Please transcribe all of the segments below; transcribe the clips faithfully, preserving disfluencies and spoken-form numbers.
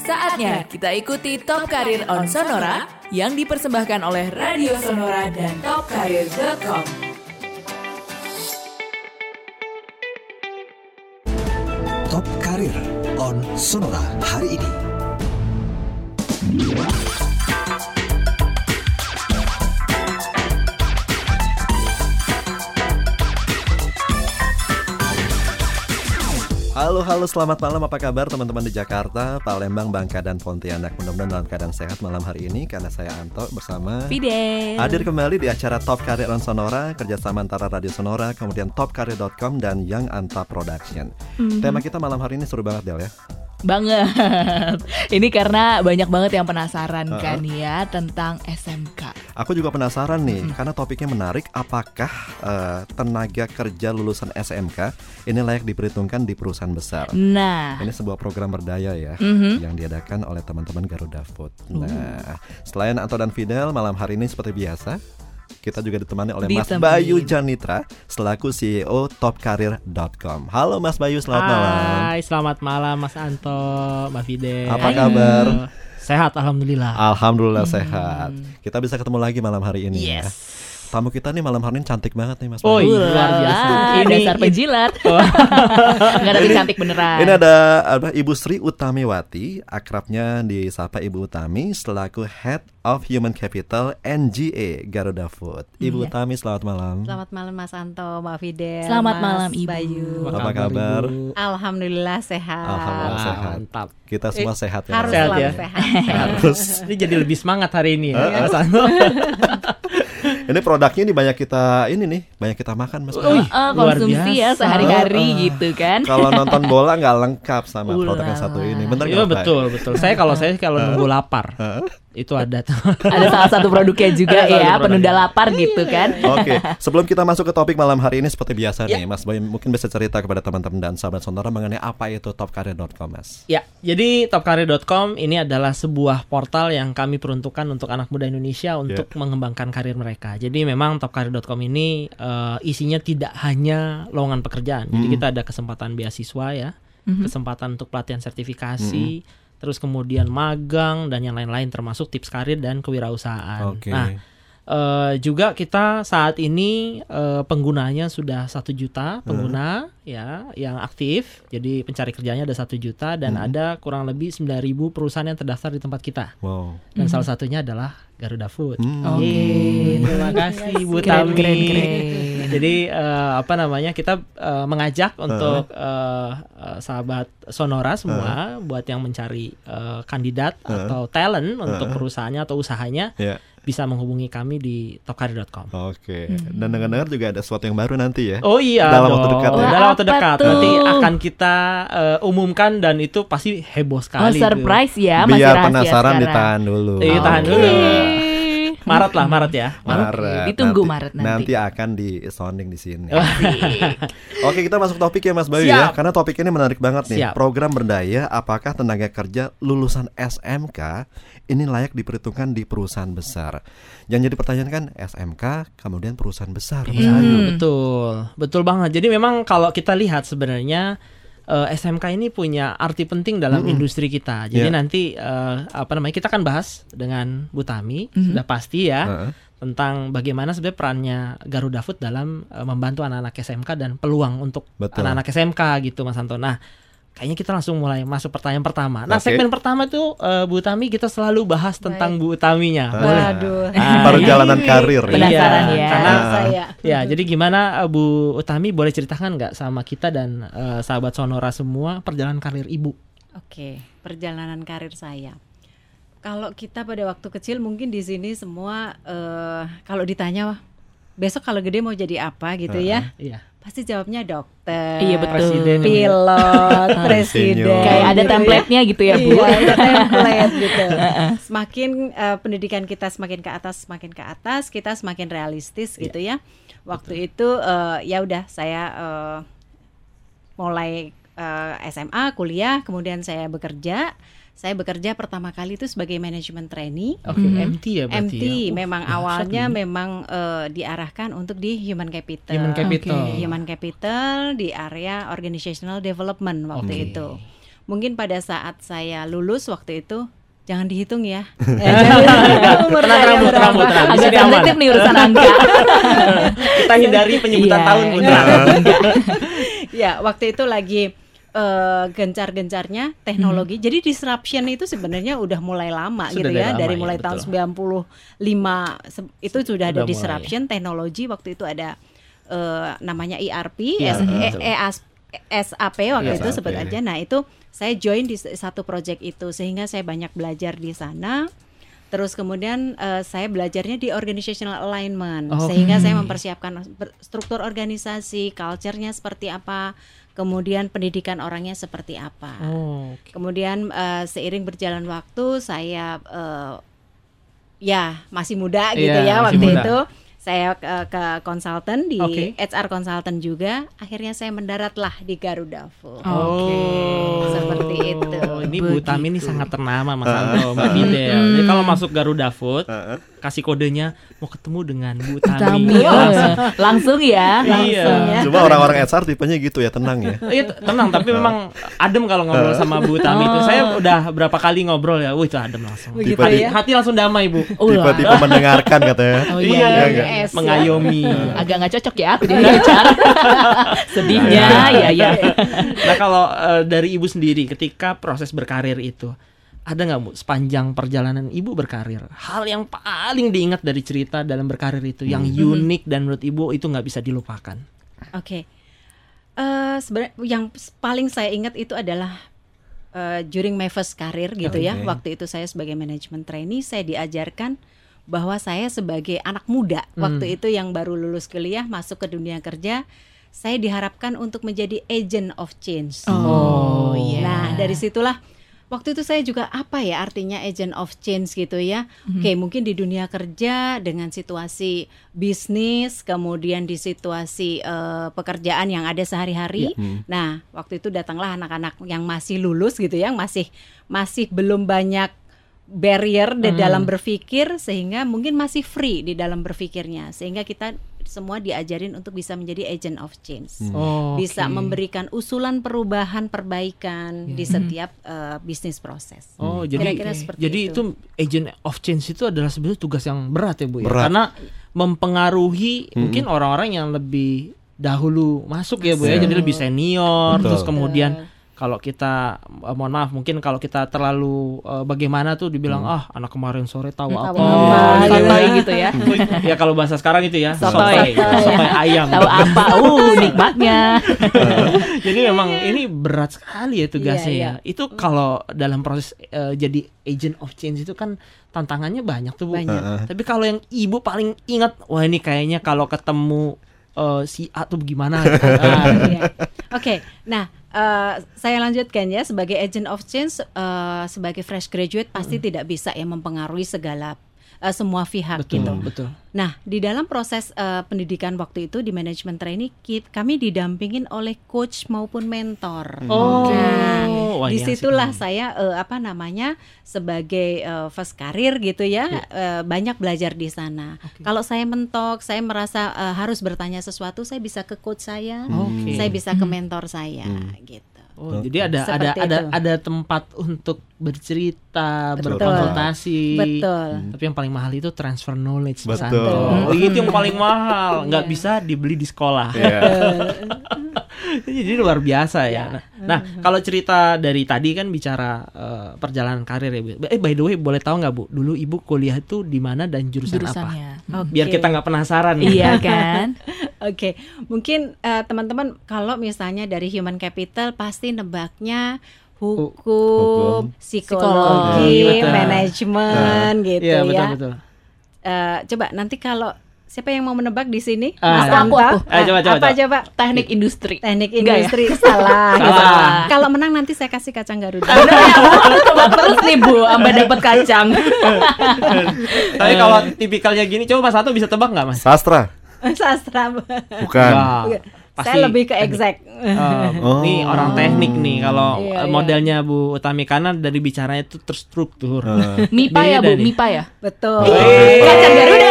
Saatnya kita ikuti Top Karir on Sonora yang dipersembahkan oleh Radio Sonora dan top karir dot com. Top Karir on Sonora hari ini. Halo, halo, selamat malam. Apa kabar teman-teman di Jakarta, Palembang, Bangka, dan Pontianak? Mudah-mudahan dalam keadaan sehat malam hari ini, karena saya Anto bersama Fidel hadir kembali di acara Top Karir on Sonora, kerjasama antara Radio Sonora, kemudian top karir dot com dan Young Anta Production. Mm-hmm. Tema kita malam hari ini seru banget, Del, ya? Banget. Ini karena banyak banget yang penasaran uh-huh. kan ya tentang S M K. Aku juga penasaran nih, hmm. karena topiknya menarik. Apakah uh, tenaga kerja lulusan S M K ini layak diperhitungkan di perusahaan besar? Nah, ini sebuah program berdaya ya, mm-hmm. yang diadakan oleh teman-teman Garuda Food. Nah, uh. selain Anto dan Fidel, malam hari ini seperti biasa kita juga ditemani oleh Mas Ditemenin. Bayu Janitra selaku C E O top karir dot com. Halo Mas Bayu, selamat Hai, malam. Hai, selamat malam Mas Anto, Mbak Fidel. Apa kabar? Sehat, alhamdulillah. Alhamdulillah Hmm. sehat. Kita bisa ketemu lagi malam hari ini. Yes. Ya. Tamu kita nih malam hari ini cantik banget nih Mas Oh Bayu. iya, luar biasa. Ah, Ini dasar penjilat. Enggak, tapi cantik beneran. Ini ada, ada Ibu Sri Utamiwati, akrabnya disapa Ibu Utami, selaku Head of Human Capital N G A Garuda Food. Ibu Iya. Utami, selamat malam. Selamat malam Mas Anto, Mbak Fidel. Selamat Mas malam, Ibu. Bayu. Apa kabar? Ibu? Alhamdulillah sehat. Alhamdulillah Wah, sehat. mantap. Kita semua Eh, sehat ya. Harus Mas? Sehat selalu ya? sehat. Harus. Ini jadi lebih semangat hari ini ya, Mas Anto. Ini produknya ini banyak kita ini nih, banyak kita makan Mas. Wih, Uh, luar konsumsi ya biasa. sehari-hari Uh, uh. gitu kan. Kalau nonton bola nggak lengkap sama Ulala. produk yang satu ini. Bener Iya nggak, Pak? betul betul. Saya kalau saya kalau nunggu lapar itu ada. Ada salah satu produknya juga Ada salah ya, satu penunda produknya. lapar gitu kan. Oke, sebelum kita masuk ke topik malam hari ini seperti biasa nih, Mas Boy mungkin bisa cerita kepada teman-teman dan sahabat Sonora mengenai apa itu top karir dot com, Mas. Ya, jadi top karir dot com ini adalah sebuah portal yang kami peruntukkan untuk anak muda Indonesia untuk Yeah. mengembangkan karir mereka. Jadi memang top karir dot com ini uh, isinya tidak hanya lowongan pekerjaan. Jadi Mm. kita ada kesempatan beasiswa ya, Mhm. kesempatan untuk pelatihan sertifikasi, terus kemudian magang dan yang lain-lain termasuk tips karir dan kewirausahaan. Oke. Nah, Uh, juga kita saat ini uh, penggunanya sudah satu juta pengguna ya yang aktif. Jadi pencari kerjanya ada satu juta dan Hmm. ada kurang lebih sembilan ribu perusahaan yang terdaftar di tempat kita. Wow. Dan salah satunya adalah Garuda Food. Hmm. Oke. Yeay, terima kasih Bu Keren, Tami. keren, keren. Jadi uh, apa namanya kita uh, mengajak untuk uh, uh, sahabat Sonora semua buat yang mencari uh, kandidat Uh. atau talent untuk Uh. perusahaannya atau usahanya Ya. bisa menghubungi kami di top karir dot com. Oke. Dan dengar-dengar juga ada sesuatu yang baru nanti ya. Oh iya Dalam dong. waktu dekat ya? Dalam waktu Apa dekat tuh? nanti akan kita uh, umumkan dan itu pasti heboh Oh, sekali. surprise ya, masih Biar rahasia penasaran sekarang. ditahan dulu. Iya, tahan Oke. dulu. Maret lah, Maret ya. Maret. Ditunggu Maret nanti. Nanti akan di sounding di sini. Asik. Oke, kita masuk topik ya Mas Bayu ya. Siap. Karena topik ini menarik banget nih. Siap. Program berdaya, apakah tenaga kerja lulusan S M K ini layak diperhitungkan di perusahaan besar? Yang jadi pertanyaan kan S M K kemudian perusahaan besar. Mas Iya, Bayu. betul. Betul banget. Jadi memang kalau kita lihat sebenarnya uh, S M K ini punya arti penting dalam Mm-mm. industri kita. Jadi Yeah. nanti uh, apa namanya kita akan bahas dengan Bu Tami Mhm. sudah pasti ya. Heeh. Tentang bagaimana sebenarnya perannya Garuda Food dalam uh, membantu anak-anak S M K dan peluang untuk Betul. anak-anak S M K gitu Mas Anton. Nah, kayaknya kita langsung mulai masuk pertanyaan pertama. Nah, Oke. segmen pertama tuh uh, Bu Tami kita selalu bahas tentang Bu Taminya. Ah. Boleh? Waduh. Ah, Perjalanan ini- karir ya. Penasaran Iya, ya. Karena saya. ya, jadi gimana uh, Bu Utami boleh ceritakan nggak sama kita dan uh, sahabat Sonora semua perjalanan karir Ibu? Oke, perjalanan karir saya. Kalau kita pada waktu kecil mungkin di sini semua eh, kalau ditanya wah, besok kalau gede mau jadi apa gitu ya, Iya. pasti jawabnya dokter, Iya, betul. Presiden. pilot, presiden. Kayak ada gitu ya. template-nya gitu ya, Bu. Iya, ada template gitu. Semakin eh, pendidikan kita semakin ke atas, semakin ke atas, kita semakin realistis gitu ya. Waktu itu eh, ya udah saya eh, mulai eh, S M A, kuliah, kemudian saya bekerja. Saya bekerja pertama kali itu sebagai manajemen trainee. Oke, Mhm. M T ya M berarti. T ya? Uh, memang dahsyat awalnya ini. memang eh, diarahkan untuk di human capital. Human Capital. Oke. Human capital di area organizational development waktu Oke. itu. mungkin pada saat saya lulus waktu itu jangan dihitung ya. Umur saya berapa? tenang, Bu, tenang. Di Agak sini aman. sensitif nih urusan angka. Kita hindari penyebutan Iya, tahun, Bu. enggak, enggak. Ya, waktu itu lagi eh, gencar-gencarnya teknologi. Jadi disruption itu sebenarnya udah mulai lama Sudah gitu dari ya, lama dari ya, mulai betul. tahun sembilan puluh lima se- itu sudah ada Sudah mulai. disruption teknologi. Waktu itu ada eh, namanya E R P, Iya, S- betul. E- EAS S A P waktu Iya, itu S A P. sebut aja. Nah, itu saya join di s- satu project itu sehingga saya banyak belajar di sana. Terus kemudian eh, saya belajarnya di organizational alignment Oh, sehingga oke. saya mempersiapkan ber- struktur organisasi, culture-nya seperti apa, kemudian pendidikan orangnya seperti apa. Oh, oke. Kemudian eh, seiring berjalan waktu saya eh, ya masih muda gitu Iya, ya masih waktu muda. itu. Saya ke, ke konsultan di Oke. H R consultant juga. Akhirnya saya mendaratlah di Garuda Food. Oke. Seperti itu. Ini Bu Tami ini Begitu. sangat ternama Mas Anto, Mbak Fidel. Jadi kalau masuk Garuda Food, kasih kodenya mau ketemu dengan Bu Tami. Tami, oh, Langsung. langsung ya, Iya. langsung ya. Cuma orang-orang H R tipenya gitu ya, tenang ya. Iya t- tenang, tapi memang adem kalau ngobrol sama Bu Tami itu. Saya udah berapa kali ngobrol ya, wih itu adem langsung. Begitu Tiba- Hati, ya. hati langsung damai Bu. Ulah. Tiba-tiba mendengarkan katanya. Oh Iya, iya, iya, iya. Yes, ya. mengayomi. Agak nggak cocok ya aku jadi H R. Sedihnya, ya ya. Nah kalau eh, dari Ibu sendiri ketika proses berkarir itu, ada nggak Bu sepanjang perjalanan Ibu berkarir hal yang paling diingat dari cerita dalam berkarir itu yang unik dan menurut Ibu itu nggak bisa dilupakan? Oke. Eh sebenarnya yang paling saya ingat itu adalah eh, during my first career gitu ya. Oke. Waktu itu saya sebagai management trainee, saya diajarkan bahwa saya sebagai anak muda Hmm. waktu itu yang baru lulus kuliah masuk ke dunia kerja, saya diharapkan untuk menjadi agent of change. Oh, iya. Nah, dari situlah waktu itu saya juga apa ya artinya agent of change gitu ya. Oke, mungkin di dunia kerja dengan situasi bisnis, kemudian di situasi eh, pekerjaan yang ada sehari-hari. Nah, waktu itu datanglah anak-anak yang masih lulus gitu ya, yang masih masih belum banyak barrier di dalam berpikir sehingga mungkin masih free di dalam berpikirnya. Sehingga kita semua diajarin untuk bisa menjadi agent of change. Oh, Bisa oke. memberikan usulan perubahan, perbaikan di setiap eh, bisnis proses. Oh, jadi Kira-kira seperti jadi itu. itu. agent of change itu adalah sebenarnya tugas yang berat ya Bu ya. Berat. Karena mempengaruhi mungkin orang-orang yang lebih dahulu masuk ya Bu ya. Jadi lebih senior, Betul. terus kemudian kalau kita eh, mohon maaf mungkin kalau kita terlalu eh, bagaimana tuh dibilang ah anak kemarin sore tahu apa. Oh, gitu sotoy ya. gitu ya. Ya kalau bahasa sekarang itu ya Sotoy. sotoy ayam. Tahu apa? Uh, nikmatnya. Jadi memang ini berat sekali ya tugasnya Iya, ya. Itu kalau dalam proses eh, jadi agent of change itu kan tantangannya banyak tuh Bu. Banyak. Tapi kalau yang Ibu paling ingat, wah ini kayaknya kalau ketemu eh, si A tuh gimana? gitu. Ah, Iya. Oke, nah eh, saya lanjutkan ya sebagai agent of change eh, sebagai fresh graduate pasti tidak bisa ya mempengaruhi segala eh, semua pihak betul, gitu. betul. Nah, di dalam proses eh, pendidikan waktu itu di manajemen trainee ki- kami didampingin oleh coach maupun mentor. Oh, Nah, wah, ini disitulah asik. saya eh, apa namanya sebagai eh, first career gitu ya eh, banyak belajar di sana. Kalau saya mentok, saya merasa eh, harus bertanya sesuatu, saya bisa ke coach saya, Oke. saya bisa ke mentor saya gitu. Oh, jadi ada ada Seperti ada itu. ada tempat untuk bercerita, Betul. berkonsultasi. Betul. Tapi yang paling mahal itu transfer knowledge. Mas Betul. Anto. Oh, itu yang paling mahal, nggak Iya. bisa dibeli di sekolah. Iya. Jadi luar biasa ya. Nah, nah, kalau cerita dari tadi kan bicara eh, perjalanan karir ya Bu. Eh by the way boleh tahu nggak Bu, dulu Ibu kuliah itu di mana dan jurusan apa? Jurusannya. Oke. Biar kita nggak penasaran. nih. Iya kan? Oke, mungkin eh, teman-teman kalau misalnya dari human capital pasti nebaknya hukum, Hukum. psikologi, Betul. manajemen gitu Iya betul ya. betul. Eh, coba nanti kalau siapa yang mau menebak di sini? Ah, Mas aku, Anto? aku. Eh, coba, coba, Apa coba. coba? Teknik industri. Teknik Enggak ya? industri salah. gitu. Salah. Kalau menang nanti saya kasih kacang Garuda. Bener ya, aku coba terus nih Bu, sampai dapat kacang. Tapi kalau tipikalnya gini, coba Mas Anto bisa tebak nggak Mas? Sastra. Sastra. Bukan. Wah, pasti. Saya lebih ke exact. Eh, Oh. Nih orang teknik nih kalau Iya, eh, iya. modelnya Bu Utami kanan dari bicaranya itu terstruktur. Eh, MIPA ya Bu, Beda nih. MIPA ya. Betul. Wih. Kacang Garuda.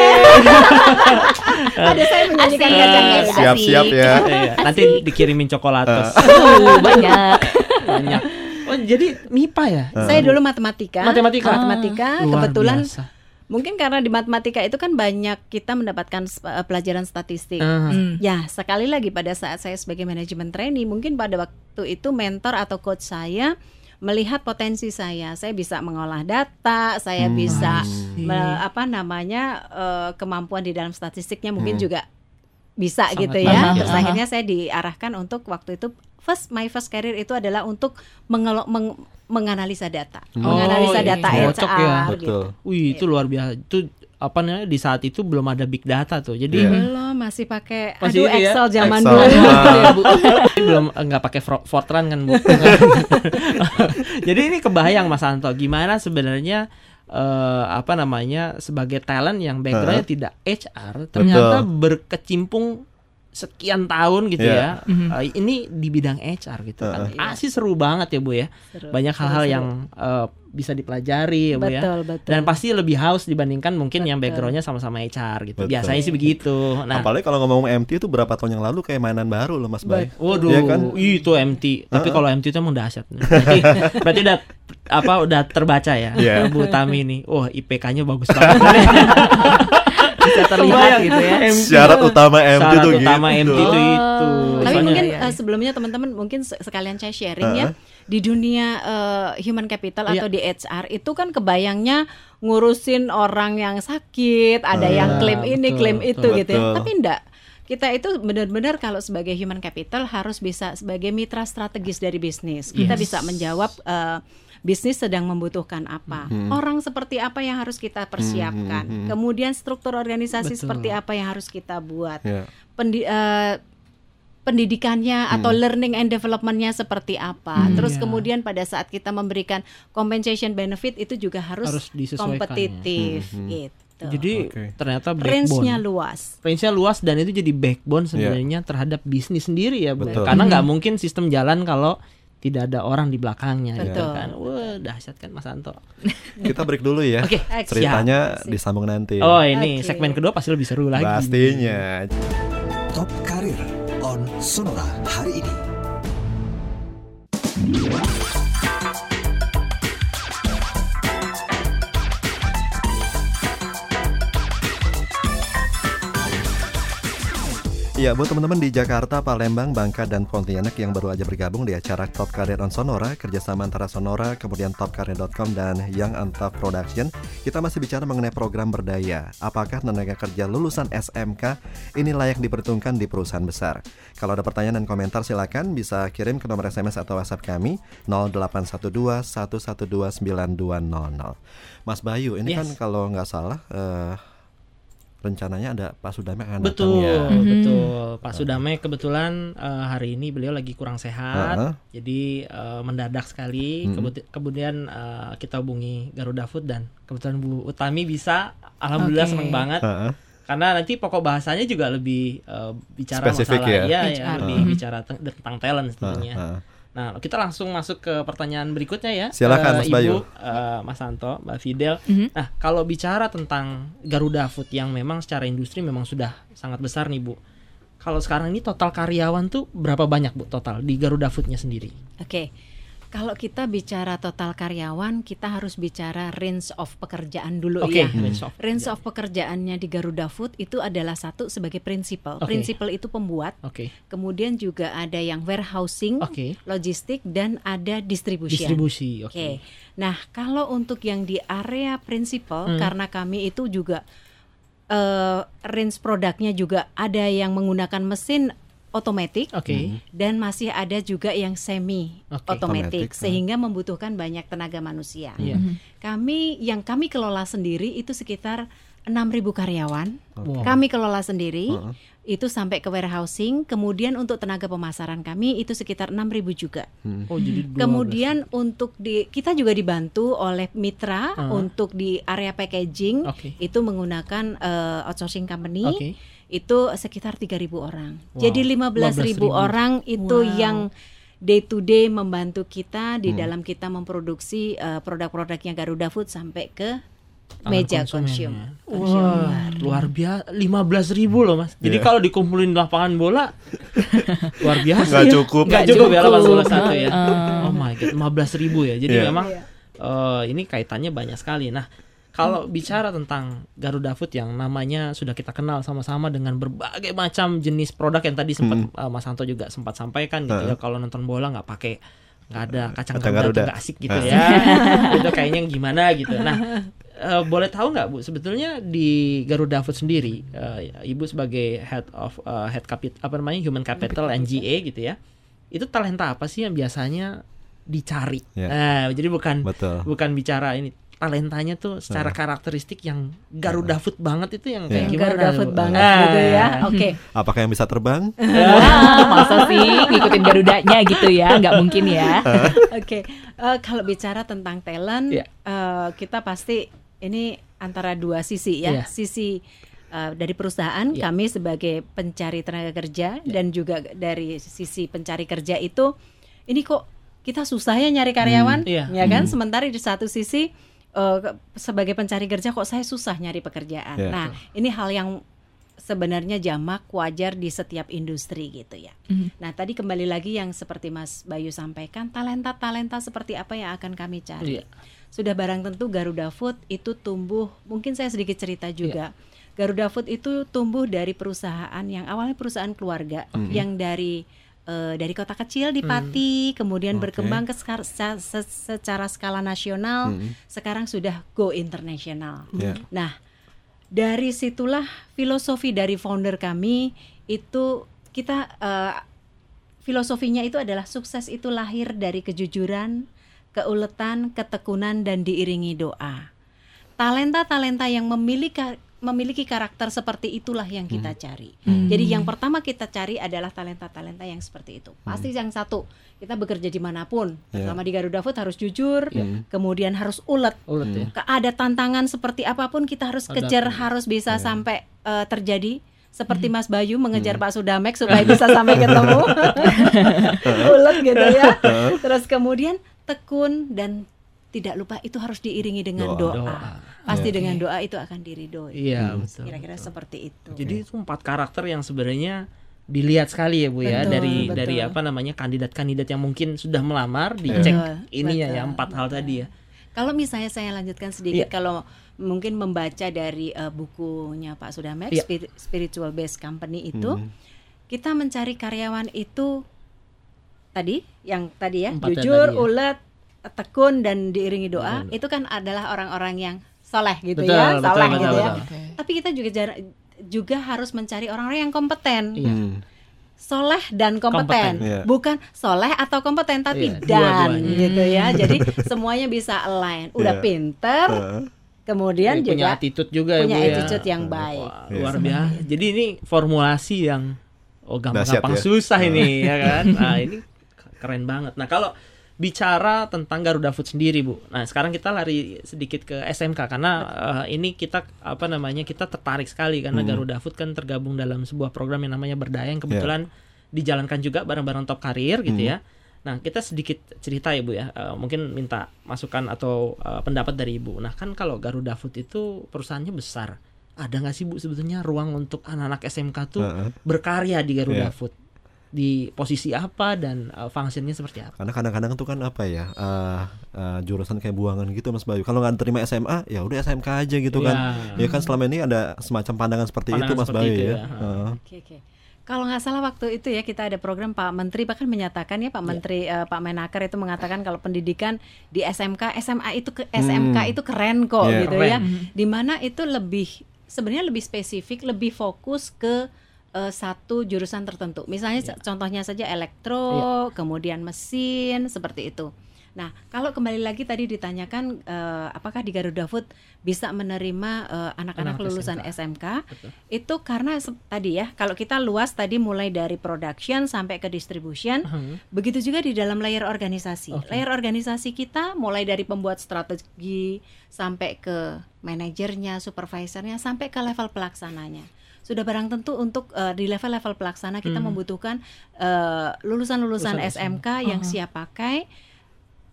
Ada saya menyanyikan Asik. kacang Garuda. Siap-siap ya. Iya, nanti dikirimin coklatos. Uh, banyak. Banyak. Oh Oh, jadi M I P A ya? Saya dulu matematika. Matematika. Matematika. Ah, luar Kebetulan biasa. mungkin karena di matematika itu kan banyak kita mendapatkan uh, pelajaran statistik. Ah. Hmm. Ya, sekali lagi pada saat saya sebagai manajemen trainee, mungkin pada waktu itu mentor atau coach saya melihat potensi saya. Saya bisa mengolah data, saya Hmm. bisa I see. me- apa namanya uh, kemampuan di dalam statistiknya mungkin Hmm. juga bisa Sangat gitu banyak ya. ya. Terus akhirnya saya diarahkan untuk waktu itu first my first career itu adalah untuk mengelo- meng- menganalisa data, Hmm. menganalisa Oh, iya. data Cocok H R ya. gitu. Betul. Wih, itu luar biasa. Itu apa namanya, di saat itu belum ada big data tuh. Jadi Iya. Belum, masih pakai Masih aduh ini ya? Excel zaman Excel. dulu. Ah. Bu. belum nggak pakai Fro- Fortran kan, Bu. Jadi ini kebayang Mas Anto, gimana sebenarnya eh, apa namanya, sebagai talent yang backgroundnya tidak H R ternyata berkecimpung sekian tahun gitu Iya. ya. Eh, ini di bidang H R gitu kan. Iya. Ah, sih seru banget ya Bu ya. Seru, Banyak seru, hal-hal seru. yang eh, bisa dipelajari ya Bu ya. Betul, betul. Dan pasti lebih haus dibandingkan mungkin yang Betul. backgroundnya sama-sama H R gitu. Betul. Biasanya sih begitu. Nah, Apalagi kalau ngomong M T itu berapa tahun yang lalu kayak mainan baru loh Mas Bay. waduh, Iya kan? itu M T. Tapi kalau M T itu emang dahsyat. Berarti, berarti udah apa udah terbaca ya, Iya. Bu Tami ini. Wah, I P K-nya bagus banget. Bisa terlihat gitu ya. M T. Syarat utama M T Syarat tuh utama gitu. M T itu itu. Tapi Soalnya- mungkin iya, iya. eh, sebelumnya teman-teman mungkin se- sekalian saya sharing Uh-uh. ya, di dunia eh, human capital Iya. atau di H R itu kan kebayangnya ngurusin orang yang sakit, ada Ah, yang klaim ini, betul, klaim betul, itu gitu ya. betul. Tapi enggak. Kita itu benar-benar kalau sebagai human capital harus bisa sebagai mitra strategis dari bisnis. Kita Yes. bisa menjawab eh, bisnis sedang membutuhkan apa, orang seperti apa yang harus kita persiapkan, Hmm, hmm, hmm. kemudian struktur organisasi Betul. seperti apa yang harus kita buat. Iya. Pendi- eh, pendidikannya atau learning and developmentnya seperti apa. Hmm, Terus iya. kemudian pada saat kita memberikan compensation benefit itu juga harus, Harus disesuaikan, kompetitif Hmm, hmm. gitu. Jadi Oke. ternyata range-nya backbone. luas. Range-nya luas dan itu jadi backbone sebenarnya terhadap bisnis sendiri ya, Bu. Betul. Karena nggak mungkin sistem jalan kalau tidak ada orang di belakangnya gitu Betul. kan. Wah, dahsyat kan Mas Anto. Kita break dulu ya. Oke, Ceritanya siap. disambung nanti. Oh, ini Oke. segmen kedua pasti lebih seru lagi. Pastinya. Top Karir on Sonora hari ini. Ya, buat teman-teman di Jakarta, Palembang, Bangka, dan Pontianak yang baru aja bergabung di acara Top Career on Sonora, kerjasama antara Sonora, kemudian top career dot com dan Young Anta Production, kita masih bicara mengenai program berdaya. Apakah tenaga kerja lulusan S M K ini layak diperhitungkan di perusahaan besar? Kalau ada pertanyaan dan komentar silakan bisa kirim ke nomor S M S atau WhatsApp kami nol delapan satu dua satu satu dua sembilan dua nol nol. Mas Bayu, ini Yes. kan kalau nggak salah eh, rencananya ada Pak Sudame akan datang Betul, ya. betul. Pak Sudame kebetulan eh, hari ini beliau lagi kurang sehat, Uh-uh. jadi eh, mendadak sekali. Mm-mm. Kemudian, kemudian eh, kita hubungi Garuda Food dan kebetulan Bu Utami bisa, alhamdulillah Oke. senang banget. Heeh. Karena nanti pokok bahasanya juga lebih eh, bicara Spesifik masalah, ya? iya, ya, H R. lebih Mhm. bicara te- tentang talent tentunya. Heeh. Nah, kita langsung masuk ke pertanyaan berikutnya ya. Silakan, Eh, Mas Bayu. Ibu, eh, Mas Anto, Mbak Fidel. Mhm. Nah, kalau bicara tentang Garuda Food yang memang secara industri memang sudah sangat besar nih, Bu. Kalau sekarang ini total karyawan tuh berapa banyak, Bu, total di Garuda Food-nya sendiri? Oke. Kalau kita bicara total karyawan, kita harus bicara range of pekerjaan dulu Oke, ya. range of- Range of pekerjaannya di Garuda Food itu adalah satu sebagai prinsipal. Oke. Prinsipal itu pembuat, Oke. kemudian juga ada yang warehousing, Oke. logistik, dan ada distribution. Distribusi, oke. Oke. Nah, kalau untuk yang di area prinsipal, Hmm. karena kami itu juga eh, range produknya juga ada yang menggunakan mesin otomatis Oke. dan masih ada juga yang semi Oke. otomatis Otomatik, sehingga membutuhkan banyak tenaga manusia. Iya. Kami yang kami kelola sendiri itu sekitar enam ribu karyawan. Wow. Kami kelola sendiri. Heeh. Itu sampai ke warehousing, kemudian untuk tenaga pemasaran kami itu sekitar enam ribu juga. Oh, jadi dua belas. Kemudian untuk di kita juga dibantu oleh mitra Uh-huh. untuk di area packaging Oke. itu menggunakan eh, outsourcing company. Oke. Itu sekitar tiga ribu orang. Wow. Jadi lima belas ribu orang itu Wow. yang day to day membantu kita di Hmm. dalam kita memproduksi eh, produk-produknya Garuda Food sampai ke meja konsumen. consumer. Wah, luar biasa, lima belas ribu loh Mas. Jadi Iya. kalau dikumpulin lapangan bola luar biasa. Nggak ya. cukup. Nggak cukup ya lapangan bola satu ya. Uh. Oh my god, lima belas ribu ya. Jadi Iya. memang eh, ini kaitannya banyak sekali. Nah, kalau bicara tentang Garuda Food yang namanya sudah kita kenal sama-sama dengan berbagai macam jenis produk yang tadi sempat eh, Mas Santo juga sempat sampaikan gitu ya. Kalau nonton bola nggak pakai nggak ada kacang Kacang Garuda Garuda. tuh nggak asik gitu ya. Itu kayaknya gimana gitu. Nah, eh, boleh tahu nggak Bu, sebetulnya di Garuda Food sendiri, eh, Ibu sebagai head of eh, head capital apa namanya human capital N G A gitu ya, itu talenta apa sih yang biasanya dicari? Ya. Nah, jadi bukan Betul. bukan bicara ini talentanya tuh secara karakteristik yang Garuda Food banget itu yang kayak Yang gimana? Garuda Bu? Food banget Ah. gitu ya. Oke. Apakah yang bisa terbang? Wah, masa sih ngikutin Garudanya gitu ya? Nggak mungkin ya. Oke, eh, kalau bicara tentang talent, Iya. eh, kita pasti ini antara dua sisi ya. Iya. Sisi eh, dari perusahaan, Iya. kami sebagai pencari tenaga kerja, dan juga dari sisi pencari kerja itu, ini kok kita susah ya nyari karyawan, Hmm, iya. ya kan? Sementara di satu sisi eh, sebagai pencari kerja kok saya susah nyari pekerjaan. Iya. Nah, ini hal yang sebenarnya jamak wajar di setiap industri gitu ya. Mhm. Nah, tadi kembali lagi yang seperti Mas Bayu sampaikan, talenta-talenta seperti apa yang akan kami cari. Iya. Sudah barang tentu Garuda Food itu tumbuh, mungkin saya sedikit cerita juga. Garuda Food itu tumbuh dari perusahaan yang awalnya perusahaan keluarga, yang dari eh, dari kota kecil di Pati, kemudian Oke. berkembang ke skar- secara, secara skala nasional, Hmm. sekarang sudah go internasional. Ya. Nah, dari situlah filosofi dari founder kami itu kita eh, filosofinya itu adalah sukses itu lahir dari kejujuran, keuletan, ketekunan, dan diiringi doa. Talenta-talenta yang memiliki memiliki karakter seperti itulah yang kita cari. Jadi yang pertama kita cari adalah talenta-talenta yang seperti itu. Pasti yang satu, kita bekerja dimanapun, Ya. selama di Garuda Food harus jujur, kemudian harus ulet. Ulet ya. Ke- Ada tantangan seperti apapun kita harus Hadapi. kejar, harus bisa sampai eh, terjadi. Seperti Mas Bayu mengejar Pak Sudamek supaya bisa sampai ketemu. Ulet gitu ya. Terus kemudian tekun dan tidak lupa itu harus diiringi dengan Doa. doa. Doa. Pasti Ya. dengan doa itu akan diridhoi. Iya, betul. Kira-kira seperti itu. Jadi itu empat karakter yang sebenarnya dilihat sekali ya Bu ya, Betul, dari betul. dari apa namanya kandidat-kandidat yang mungkin sudah melamar, dicek Betul, ini ya, betul, ya empat hal betul. tadi ya. Kalau misalnya saya lanjutkan sedikit, Iya. kalau mungkin membaca dari eh, bukunya Pak Sudamek, Iya. Spir- Spiritual Based Company itu, Hmm. kita mencari karyawan itu tadi, yang tadi ya, Empat yang jujur, tadi ya. ulet, tekun, dan diiringi doa, Betul. itu kan adalah orang-orang yang soleh gitu Betul, ya, betul, soleh betul, gitu ya. betul. Tapi kita juga jar- juga harus mencari orang-orang yang kompeten. Iya. Hmm. Soleh dan kompeten, Kompeten, iya. bukan soleh atau kompeten tapi Iya, dan dua-duanya. gitu ya. Jadi semuanya bisa align. Udah Iya. pinter, Heeh. kemudian Punya juga attitude juga punya ya Bu ya. attitude yang baik. Wah, luar biasa. Jadi ini formulasi yang oh gampang-gampang Dahsyat ya. susah ini ya kan. Nah, ini keren banget. Nah, kalau bicara tentang Garuda Food sendiri Bu. Nah, sekarang kita lari sedikit ke S M K karena eh, ini kita apa namanya? Kita tertarik sekali karena Hmm. Garuda Food kan tergabung dalam sebuah program yang namanya Berdaya yang kebetulan dijalankan juga bareng-bareng Top Career gitu Hmm. ya. Nah, kita sedikit cerita ya Bu ya. Eh, mungkin minta masukan atau eh, pendapat dari Ibu. Nah, kan kalau Garuda Food itu perusahaannya besar. Ada nggak sih Bu sebetulnya ruang untuk anak-anak S M K tuh Heeh. berkarya di Garuda Iya. Food? Di posisi apa dan uh, fungsinya seperti apa? Karena kadang-kadang tuh kan apa ya eh, eh, jurusan kayak buangan gitu Mas Bayu. Kalau nggak terima S M A ya udah S M K aja gitu kan. Ya. Ya kan selama ini ada semacam pandangan seperti Pandangan itu Mas seperti Bayu itu ya. ya. Heeh. Oke, oke. Kalau nggak salah waktu itu ya kita ada program Pak Menteri bahkan menyatakan ya Pak Menteri eh, Pak Menaker itu mengatakan kalau pendidikan di S M K, S M A itu ke S M K Hmm. itu keren kok Iya. gitu Keren. ya. Dimana itu lebih sebenarnya lebih spesifik, lebih fokus ke eh, satu jurusan tertentu. Misalnya Iya. contohnya saja elektro, kemudian mesin seperti itu. Nah, kalau kembali lagi tadi ditanyakan eh, apakah di Garuda Food bisa menerima eh, anak-anak Anak lulusan S S M K? Betul. Itu karena se- tadi ya, kalau kita luas tadi mulai dari production sampai ke distribution, Hmm. begitu juga di dalam layer organisasi. Oke. Layer organisasi kita mulai dari pembuat strategi sampai ke manajernya, supervisornya, sampai ke level pelaksananya. Sudah barang tentu untuk eh, di level-level pelaksana kita Hmm. membutuhkan eh, lulusan-lulusan Lulusan S M K yang siap pakai,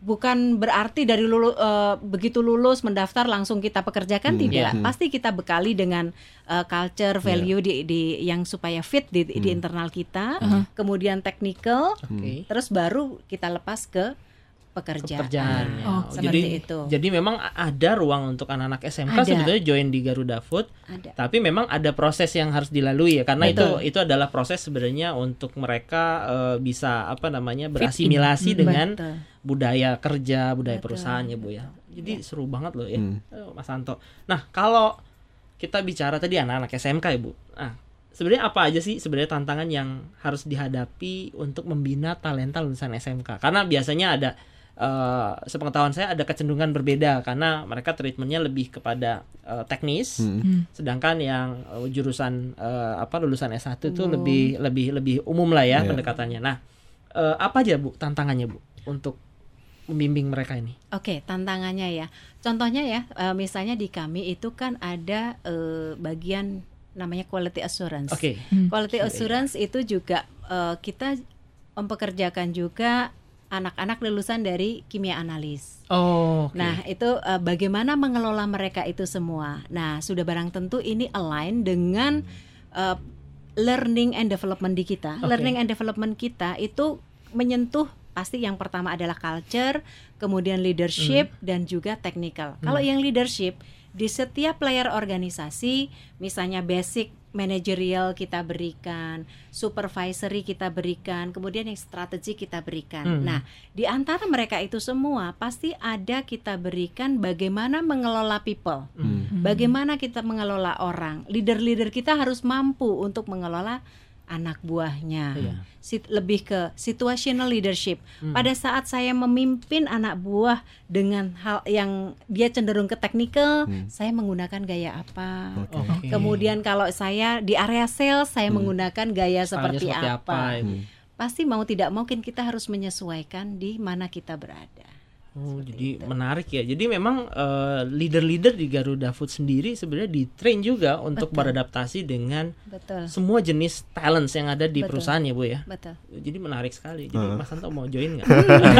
bukan berarti dari lulu, uh, begitu lulus mendaftar langsung kita pekerjakan, Hmm, tidak. yeah. Pasti kita bekali dengan uh, culture, value di, di yang supaya fit di, di Hmm. internal kita, Uh-huh. kemudian technical, Oke. terus baru kita lepas ke pekerjaan. Pekerjaan. ya. Oh, seperti jadi itu. jadi memang ada ruang untuk anak-anak S M K Ada. sebetulnya join di Garuda Food. Ada. Tapi memang ada proses yang harus dilalui ya, karena Betul. itu itu adalah proses sebenarnya untuk mereka eh, bisa apa namanya berasimilasi dengan Betul. budaya kerja, budaya Betul. perusahaan ya Bu ya. Jadi seru banget loh ya, Hmm. eh, Mas Anto. Nah kalau kita bicara tadi anak-anak S M K ya Bu, nah sebenarnya apa aja sih sebenarnya tantangan yang harus dihadapi untuk membina talenta lulusan S M K? Karena biasanya ada Uh, sepengetahuan saya ada kecenderungan berbeda karena mereka treatmentnya lebih kepada uh, teknis, Hmm. sedangkan yang uh, jurusan uh, apa lulusan S satu itu Umum. lebih lebih lebih umum lah ya Iya. pendekatannya. Nah, uh, apa aja Bu tantangannya Bu untuk membimbing mereka ini? Oke, tantangannya ya. Contohnya ya, eh, misalnya di kami itu kan ada eh, bagian namanya quality assurance. Oke. Quality Iya, assurance itu juga eh, kita mempekerjakan juga anak-anak lulusan dari kimia analis. Oh. oke. Nah, itu eh, bagaimana mengelola mereka itu semua. Nah, sudah barang tentu ini align dengan eh, learning and development di kita. Oke. Learning and development kita itu menyentuh pasti yang pertama adalah culture, kemudian leadership dan juga technical. Kalau yang leadership di setiap layer organisasi, misalnya basic managerial kita berikan, supervisory kita berikan, kemudian yang strategi kita berikan. Hmm. Nah, di antara mereka itu semua pasti ada kita berikan bagaimana mengelola people. Hmm. Bagaimana kita mengelola orang. Leader-leader kita harus mampu untuk mengelola anak buahnya. Iya. Sit- lebih ke situational leadership. Hmm. Pada saat saya memimpin anak buah dengan hal yang dia cenderung ke teknikal, Hmm. saya menggunakan gaya apa? Oke. Oke. Kemudian kalau saya di area sales, saya Hmm. menggunakan gaya Stylenya seperti, apa? ya, Bu? Hmm. Pasti mau tidak mungkin kita harus menyesuaikan di mana kita berada. Oh, Seperti jadi itu. menarik ya. Jadi memang eh, leader-leader di Garuda Food sendiri sebenarnya di-train juga untuk Betul. beradaptasi dengan Betul. semua jenis talents yang ada di Betul. perusahaan ya Bu ya. Betul. Jadi menarik sekali. Jadi Heeh. Mas Anto mau join nggak?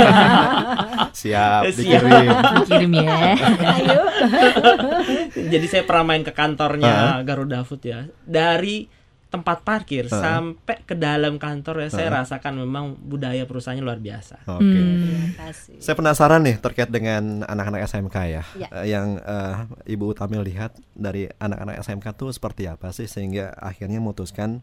Siap, Siap. dikirim. Kirim ya. Ayo. Jadi saya pernah main ke kantornya Garuda Food ya. Dari tempat parkir Heeh. sampai ke dalam kantor ya, saya Heeh. rasakan memang budaya perusahaannya luar biasa. Oke. Hmm. Terima kasih. Saya penasaran nih terkait dengan anak-anak S M K ya, Ya. Eh, yang eh, Ibu Utami lihat dari anak-anak S M K tuh seperti apa sih sehingga akhirnya memutuskan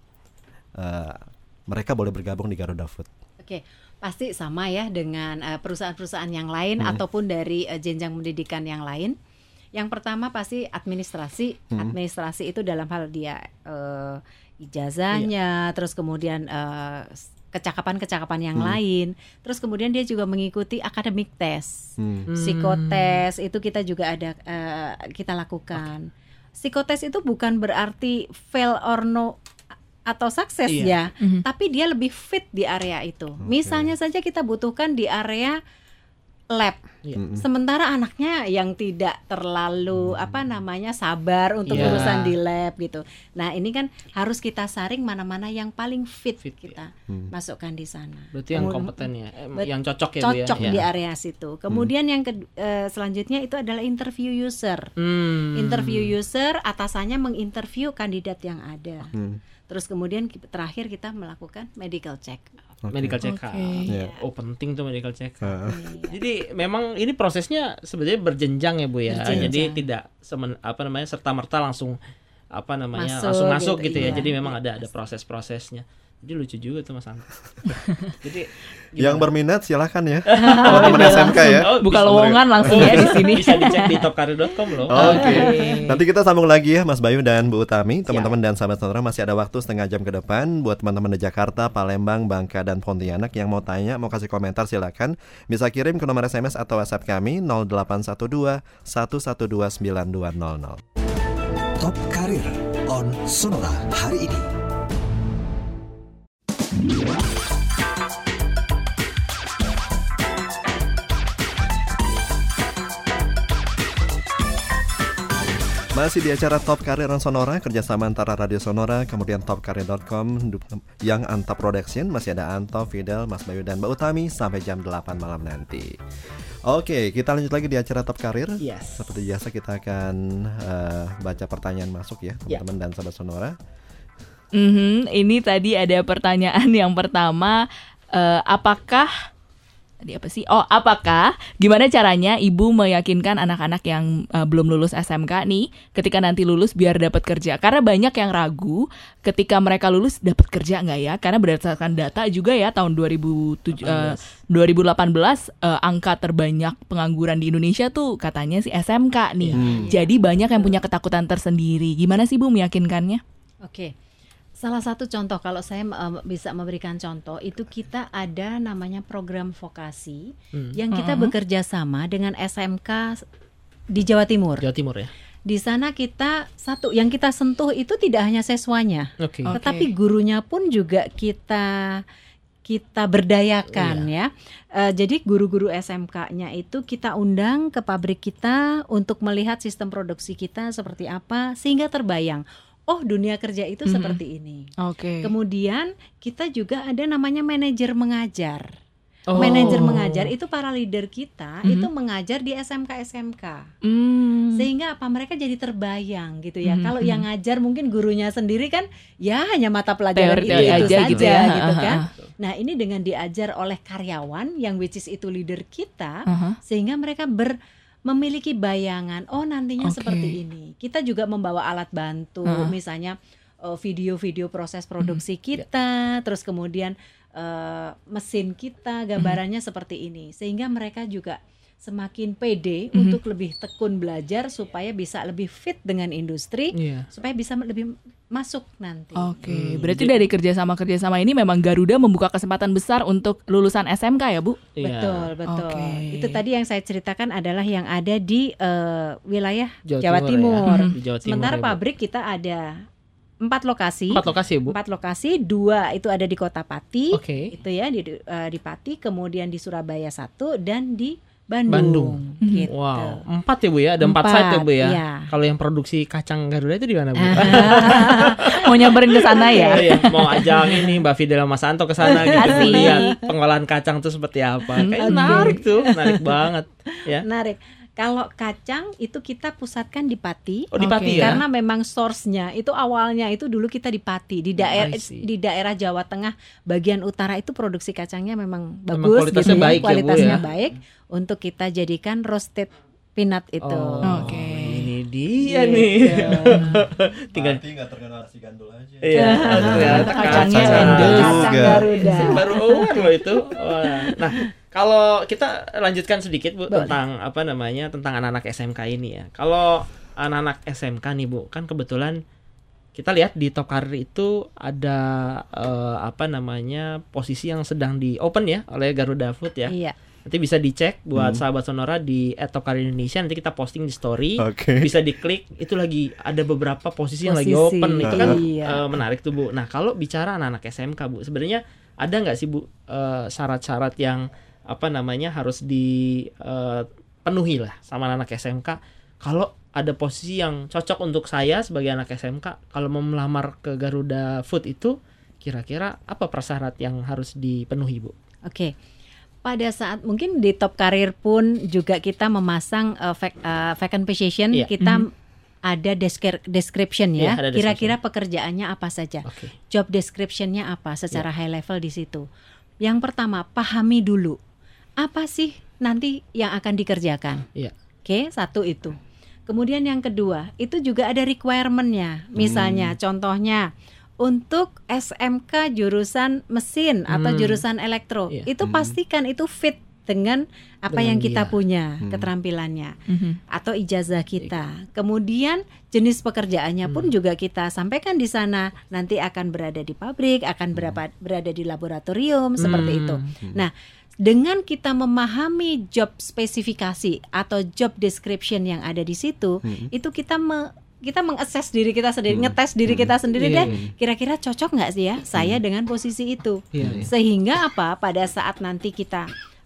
eh, mereka boleh bergabung di Garuda Food. Oke, pasti sama ya dengan eh, perusahaan-perusahaan yang lain Hmm. ataupun dari eh, jenjang pendidikan yang lain. Yang pertama pasti administrasi. Hmm. Administrasi itu dalam hal dia eh, ijazahnya, terus kemudian eh, kecakapan-kecakapan yang Hmm. lain. Terus kemudian dia juga mengikuti academic test. Hmm. Psikotes itu kita juga ada eh, kita lakukan. Psikotes itu bukan berarti fail or no atau sukses Iya. ya, Mhm. tapi dia lebih fit di area itu. Misalnya saja kita butuhkan di area lab. Iya. Mm-mm. Sementara anaknya yang tidak terlalu apa namanya sabar untuk Iya. urusan di lab gitu. Nah, ini kan harus kita saring mana-mana yang paling fit, Fit, kita Hmm. masukkan di sana. Berarti yang Kemudian- kompeten ya, eh, Bet- yang cocok ya Bu ya. cocok Ya. di area situ. Kemudian yang ke, eh, selanjutnya itu adalah interview user. Hmm. Interview user, atasannya menginterview kandidat yang ada. Hmm. Terus kemudian ki- terakhir kita melakukan medical check. Oke. Medical check up. Oke. Iya. Oh, penting tuh medical check up. Heeh. Jadi memang ini prosesnya sebenarnya berjenjang ya Bu ya. Berjenjang. Jadi tidak semen, apa namanya serta-merta langsung apa namanya Masuk langsung masuk gitu, gitu, ya. iya. Jadi memang ada ada proses-prosesnya. Jadi lucu juga tuh Mas Anto. Jadi Yang gimana? berminat silahkan ya, teman-teman S M K ya. Oh, Buka bisa. lowongan langsung ya di sini. Bisa dicek di top karir dot com loh. Oke. Nanti kita sambung lagi ya Mas Bayu dan Bu Utami. Teman-teman dan sahabat sonora masih ada waktu setengah jam ke depan buat teman-teman di Jakarta, Palembang, Bangka dan Pontianak yang mau tanya, mau kasih komentar silakan. Bisa kirim ke nomor S M S atau WhatsApp kami nol delapan satu dua satu satu dua sembilan dua nol nol. Top Karir on Sonora hari ini. Masih di acara Top Career on Sonora, kerjasama antara Radio Sonora, kemudian top career dot com, yang Anta Production. Masih ada Anto, Fidel, Mas Bayu, dan Mbak Utami sampai jam delapan malam nanti. Oke, kita lanjut lagi di acara Top Career. Yes. Seperti biasa kita akan uh, baca pertanyaan masuk ya, teman-teman yeah. dan sahabat Sonora. Mm-hmm, ini tadi ada pertanyaan yang pertama, uh, apakah Tadi apa sih? Oh, apakah gimana caranya ibu meyakinkan anak-anak yang uh, belum lulus S M K nih ketika nanti lulus biar dapat kerja? Karena banyak yang ragu ketika mereka lulus dapat kerja nggak ya? Karena berdasarkan data juga ya tahun dua ribu delapan belas uh, angka terbanyak pengangguran di Indonesia tuh katanya sih S M K nih. Hmm. Jadi banyak yang punya ketakutan tersendiri. Gimana sih Bu meyakinkannya? Oke. Okay. Salah satu contoh, kalau saya uh, bisa memberikan contoh, itu kita ada namanya program vokasi hmm. yang kita uh-huh. bekerja sama dengan S M K di Jawa Timur. Jawa Timur ya. Di sana kita satu yang kita sentuh itu tidak hanya siswanya, okay. tetapi gurunya pun juga kita kita berdayakan yeah. ya. Uh, jadi guru-guru S M K-nya itu kita undang ke pabrik kita untuk melihat sistem produksi kita seperti apa sehingga terbayang. Oh, dunia kerja itu mm-hmm. seperti ini. Oke. Okay. Kemudian kita juga ada namanya manajer mengajar. Oh. Manajer mengajar itu para leader kita mm-hmm. itu mengajar di S M K S M K. Mm. Sehingga apa mereka jadi terbayang gitu ya. Mm-hmm. Kalau yang ngajar mungkin gurunya sendiri kan ya hanya mata pelajaran teori, itu, teori itu aja saja gitu, ya. gitu kan. Nah, ini dengan diajar oleh karyawan yang which is itu leader kita uh-huh. sehingga mereka ber memiliki bayangan, oh nantinya okay. seperti ini. Kita juga membawa alat bantu, uh. misalnya uh, video-video proses produksi mm. kita, yeah. terus kemudian uh, mesin kita, gambarannya mm. seperti ini. Sehingga mereka juga semakin pede mm-hmm. untuk lebih tekun belajar supaya bisa lebih fit dengan industri, yeah. supaya bisa lebih masuk nanti. Oke, okay. hmm. berarti dari kerjasama-kerjasama ini memang Garuda membuka kesempatan besar untuk lulusan S M K ya Bu? Betul, yeah. betul. Okay. Itu tadi yang saya ceritakan adalah yang ada di uh, wilayah Jawa, Jawa Timur. Timur. Ya. Hmm. Jawa Timur Sementara ya, pabrik kita ada empat lokasi. Empat lokasi ya Bu? Empat lokasi, dua itu ada di Kota Pati, okay. itu ya di, uh, di Pati, kemudian di Surabaya satu dan di Bandung. Bandung. Gitu. Wow, empat ya Bu ya, ada empat, empat site ya Bu ya. Iya. Kalau yang produksi kacang Garuda itu di mana Bu? Mau nyamperin ke sana ya? Iya, mau ajang ini Mbak Fidel sama Mas Anto ke sana gitu lihat pengolahan kacang tuh seperti apa. Kayak okay. menarik tuh, menarik banget ya. Menarik. Kalau kacang itu kita pusatkan di Pati. Oh, di Pati okay. ya. Karena memang source-nya itu awalnya itu dulu kita di Pati, di daerah di daerah Jawa Tengah bagian utara itu produksi kacangnya memang bagus, memang kualitasnya gitu baik ya, kualitasnya ya, Bu, ya? baik untuk kita jadikan roasted peanut itu. Oh, Oke. Okay. Ini dia gitu. nih. Tinggal nggak terkenal nasi gandul aja. Iya, ternyata kacangnya endul. Kacang Garuda. Baru aware loh itu. Wah. Nah, kalau kita lanjutkan sedikit Bu Boleh. tentang apa namanya tentang anak-anak S M K ini ya. Kalau anak-anak S M K nih Bu, kan kebetulan kita lihat di Top Career itu ada uh, apa namanya posisi yang sedang di open ya oleh Garuda Food ya. Iya. Nanti bisa dicek buat hmm. sahabat Sonora di at Top Career Indonesia. Nanti kita posting di story, okay. bisa diklik. Itu lagi ada beberapa posisi, posisi. yang lagi open. Itu kan iya. uh, menarik tuh Bu. Nah kalau bicara anak-anak S M K Bu, sebenarnya ada nggak sih Bu uh, syarat-syarat yang apa namanya harus dipenuhi uh, lah sama anak S M K kalau ada posisi yang cocok untuk saya sebagai anak S M K, kalau mau melamar ke Garuda Food itu kira-kira apa prasyarat yang harus dipenuhi Bu? Oke, pada saat mungkin di Top Career pun juga kita memasang uh, vac- uh, vacant position, yeah. kita mm-hmm. ada descri- description ya, yeah, ada kira-kira description. Pekerjaannya apa saja, okay. job description-nya apa secara yeah. high level di situ. Yang pertama pahami dulu apa sih nanti yang akan dikerjakan. Yeah. Oke, satu itu. Kemudian yang kedua, itu juga ada requirement-nya. Misalnya, hmm. contohnya untuk S M K jurusan mesin hmm. atau jurusan elektro, yeah. itu hmm. pastikan itu fit dengan apa dengan yang kita dia. punya, hmm. keterampilannya, hmm. atau ijazah kita. Kemudian jenis pekerjaannya hmm. pun juga kita sampaikan di sana. Nanti akan berada di pabrik, akan berapa, berada di laboratorium, hmm. seperti itu. Nah, dengan kita memahami job spesifikasi atau job description yang ada di situ, hmm. itu kita me, kita mengakses diri kita sendiri, hmm. ngetes diri kita sendiri hmm. deh, kira-kira cocok nggak sih ya saya hmm. dengan posisi itu, yeah, yeah. sehingga apa pada saat nanti kita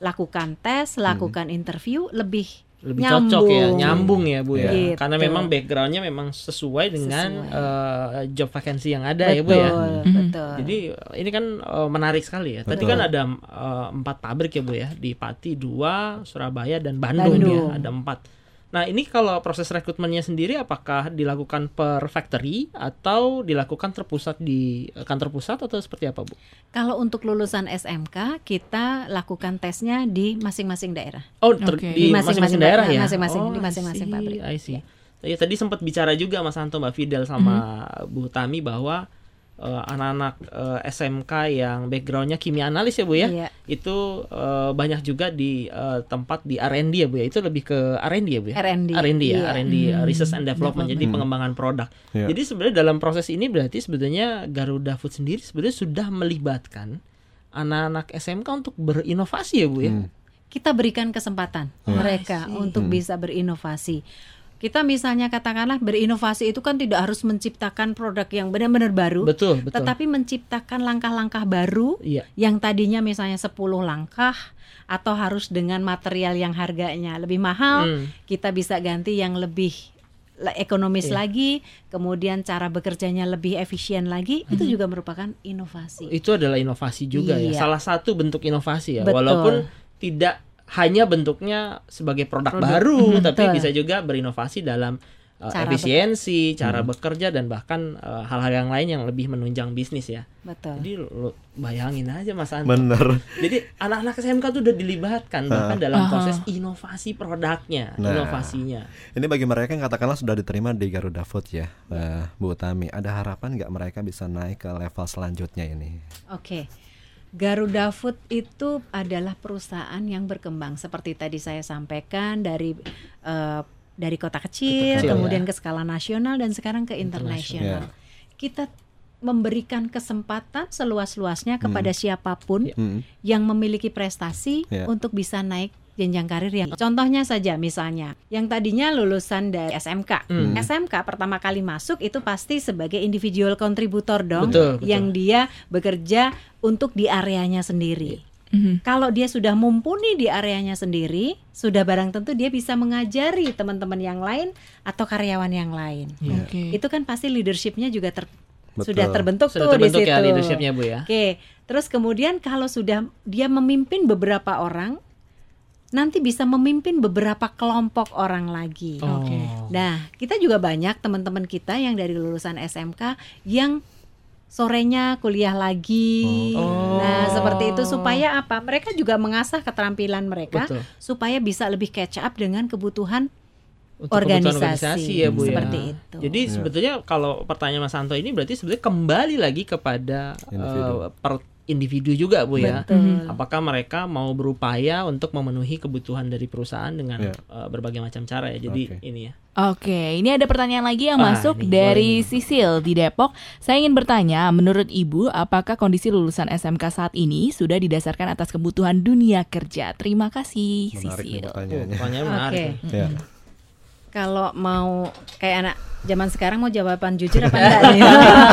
lakukan tes, lakukan interview lebih lebih nyambung. cocok ya, nyambung ya Bu ya. Gitu. Karena memang backgroundnya memang sesuai dengan Sesuai. uh, job vacancy yang ada Betul, ya Bu ya. betul. Jadi ini kan uh, menarik sekali ya. Tadi Betul. kan ada uh, empat pabrik ya Bu ya, di Pati dua, Surabaya dan Bandung, Bandung. ya, ada empat. Nah ini kalau proses rekrutmennya sendiri apakah dilakukan per factory atau dilakukan terpusat di kantor pusat atau seperti apa Bu? Kalau untuk lulusan S M K kita lakukan tesnya di masing-masing daerah. Oh ter- Oke. di Di masing-masing masing-masing daerah daerah, ya? masing-masing- oh, di masing-masing I see, pabrik. I see. Ya, tadi sempat bicara juga Mas Anto, Mbak Fidel sama Bu Tami bahwa uh, anak-anak uh, S M K yang backgroundnya kimia analis ya Bu ya, Iya. itu uh, banyak juga di uh, tempat di R and D ya Bu ya, itu lebih ke R and D ya Bu ya? R and D, R and D ya, iya. R and D, uh, Research and Development, jadi pengembangan produk. Iya. Jadi sebenarnya dalam proses ini berarti sebetulnya Garuda Food sendiri sebenarnya sudah melibatkan anak-anak S M K untuk berinovasi ya Bu ya? Hmm. Kita berikan kesempatan mereka untuk bisa berinovasi. Kita misalnya katakanlah berinovasi itu kan tidak harus menciptakan produk yang benar-benar baru, Betul, betul. tetapi menciptakan langkah-langkah baru Iya. yang tadinya misalnya sepuluh langkah atau harus dengan material yang harganya lebih mahal, Hmm. kita bisa ganti yang lebih le- ekonomis Iya. lagi, kemudian cara bekerjanya lebih efisien lagi, itu juga merupakan inovasi. Itu adalah inovasi juga ya. Iya. Salah satu bentuk inovasi ya. Betul. Walaupun tidak hanya bentuknya sebagai produk, Produk. baru, Mhm, tapi betul. bisa juga berinovasi dalam uh, Cara efisiensi, cara bekerja dan bahkan uh, hal-hal yang lain yang lebih menunjang bisnis ya. Betul. Jadi lu bayangin aja Mas Anto. Bener. Jadi anak-anak S M K tuh udah dilibatkan bahkan dalam proses inovasi produknya, Nah. inovasinya. Ini bagi mereka yang katakanlah sudah diterima di Garuda Food ya, uh, Bu Tami. Ada harapan nggak mereka bisa naik ke level selanjutnya ini? Oke. Garuda Food itu adalah perusahaan yang berkembang seperti tadi saya sampaikan dari eh, dari kota kecil, kecil, kemudian ya. ke skala nasional dan sekarang ke internasional. Kita memberikan kesempatan seluas-luasnya kepada siapapun Hmm. yang memiliki prestasi Ya. untuk bisa naik jenjang karir yang contohnya saja misalnya yang tadinya lulusan dari S M K. Hmm. S M K pertama kali masuk itu pasti sebagai individual kontributor dong, Betul, betul. yang dia bekerja untuk di areanya sendiri. Mhm. Kalau dia sudah mumpuni di areanya sendiri, sudah barang tentu dia bisa mengajari teman-teman yang lain atau karyawan yang lain. Oke. Itu kan pasti leadershipnya juga ter- Betul. sudah terbentuk Sudah tuh terbentuk di situ. ya leadershipnya Bu ya. Oke, terus kemudian kalau sudah dia memimpin beberapa orang, nanti bisa memimpin beberapa kelompok orang lagi. Oke. Nah, kita juga banyak teman-teman kita yang dari lulusan S M K yang sorenya kuliah lagi. Oh. Nah, seperti itu supaya apa? Mereka juga mengasah keterampilan mereka Betul. supaya bisa lebih catch up dengan kebutuhan Untuk kebutuhan organisasi, ya Bu ya. seperti itu. Jadi sebetulnya kalau pertanyaan Mas Anto ini berarti sebenarnya kembali lagi kepada Individu. eh, per individu juga Bu ya. Betul. Apakah mereka mau berupaya untuk memenuhi kebutuhan dari perusahaan dengan Ya. eh, berbagai macam cara ya. Jadi Oke. ini ya. Oke, ini ada pertanyaan lagi yang Ah, masuk nih, dari boleh nih. Sisil di Depok. Saya ingin bertanya, menurut Ibu, apakah kondisi lulusan S M K saat ini sudah didasarkan atas kebutuhan dunia kerja? Terima kasih, Menarik nih Sisil. Oh, pertanyaannya. pertanyaan menarik. Oke. nih. Ya. Kalau mau kayak anak zaman sekarang mau jawaban jujur apa enggak nih?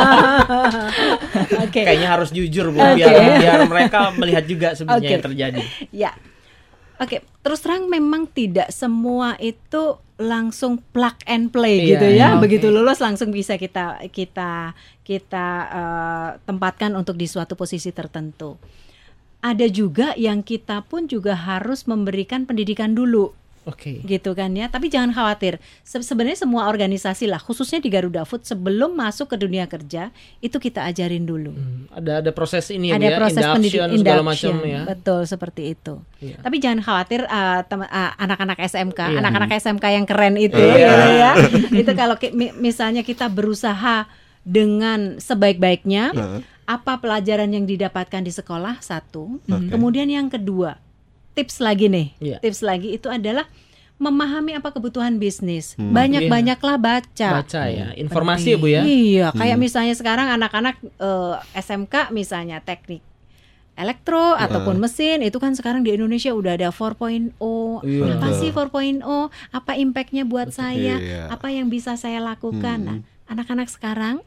Oke. Kayaknya harus jujur Bu Oke. biar biar mereka melihat juga sebenarnya Oke. yang terjadi. Ya. Oke, terus terang memang tidak semua itu langsung plug and play Iya, gitu ya. oke. Begitu lulus langsung bisa kita kita kita eh, tempatkan untuk di suatu posisi tertentu. Ada juga yang kita pun juga harus memberikan pendidikan dulu. Oke. Gitu kan ya, tapi jangan khawatir. Se- sebenarnya semua organisasi lah, khususnya di Garuda Food sebelum masuk ke dunia kerja itu kita ajarin dulu. Hmm, Ada ada proses ini Ada Bu ya, proses pendidikan induction segala macam ya. betul seperti itu. Iya. Tapi jangan khawatir uh, tem- uh, anak-anak S M K, Iya. anak-anak S M K yang keren itu, Iya. gitu ya. Itu kalau ki- mi- misalnya kita berusaha dengan sebaik-baiknya, Heeh. apa pelajaran yang didapatkan di sekolah satu, Oke. kemudian yang kedua, tips lagi nih, Iya. tips lagi itu adalah memahami apa kebutuhan bisnis. Hmm. Banyak-banyaklah baca. Baca ya, informasi ya Bu ya. Iya, kayak misalnya sekarang anak-anak eh, S M K misalnya teknik elektro ataupun mesin itu kan sekarang di Indonesia udah ada empat titik nol. Iya. Apa Betul. sih empat titik nol? Apa impactnya buat saya? Iya. Apa yang bisa saya lakukan? Nah, anak-anak sekarang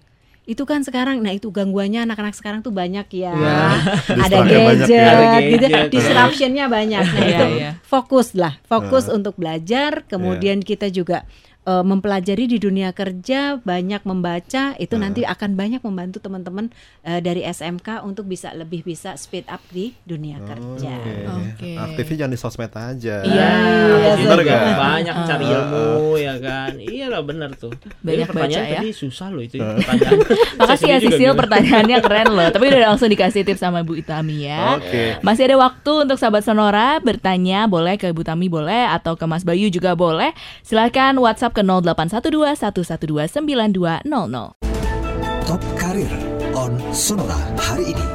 itu kan sekarang, nah itu gangguannya anak-anak sekarang tuh banyak ya, Ya. ada Distraction banyak gadget, ya. Ada gitu, gadget. disruptionnya banyak. Nah Iya, itu iya. fokus lah, fokus Uh. untuk belajar. Kemudian kita juga uh, mempelajari di dunia kerja, banyak membaca. Itu Uh. nanti akan banyak membantu teman-teman uh, dari S M K untuk bisa lebih bisa speed up di dunia kerja. Oke. Oke. Aktifnya jangan di sosmed aja. Iya, bener iya, gak? Banyak Uh. cari ilmu ya kan. Iyalah bener tuh. Banyak Jadi pertanyaan baca ya. tadi susah loh itu pertanyaan. Makasih ya Saya sendiri juga Sisil, gitu. pertanyaannya keren loh. Tapi udah langsung dikasih tips sama Bu Utami ya. Oke. Masih ada waktu untuk sahabat Sonora bertanya, boleh ke Bu Tami boleh, atau ke Mas Bayu juga boleh. Silahkan WhatsApp ke nol delapan satu dua satu satu dua sembilan dua nol nol. Top Karir on Sonora hari ini.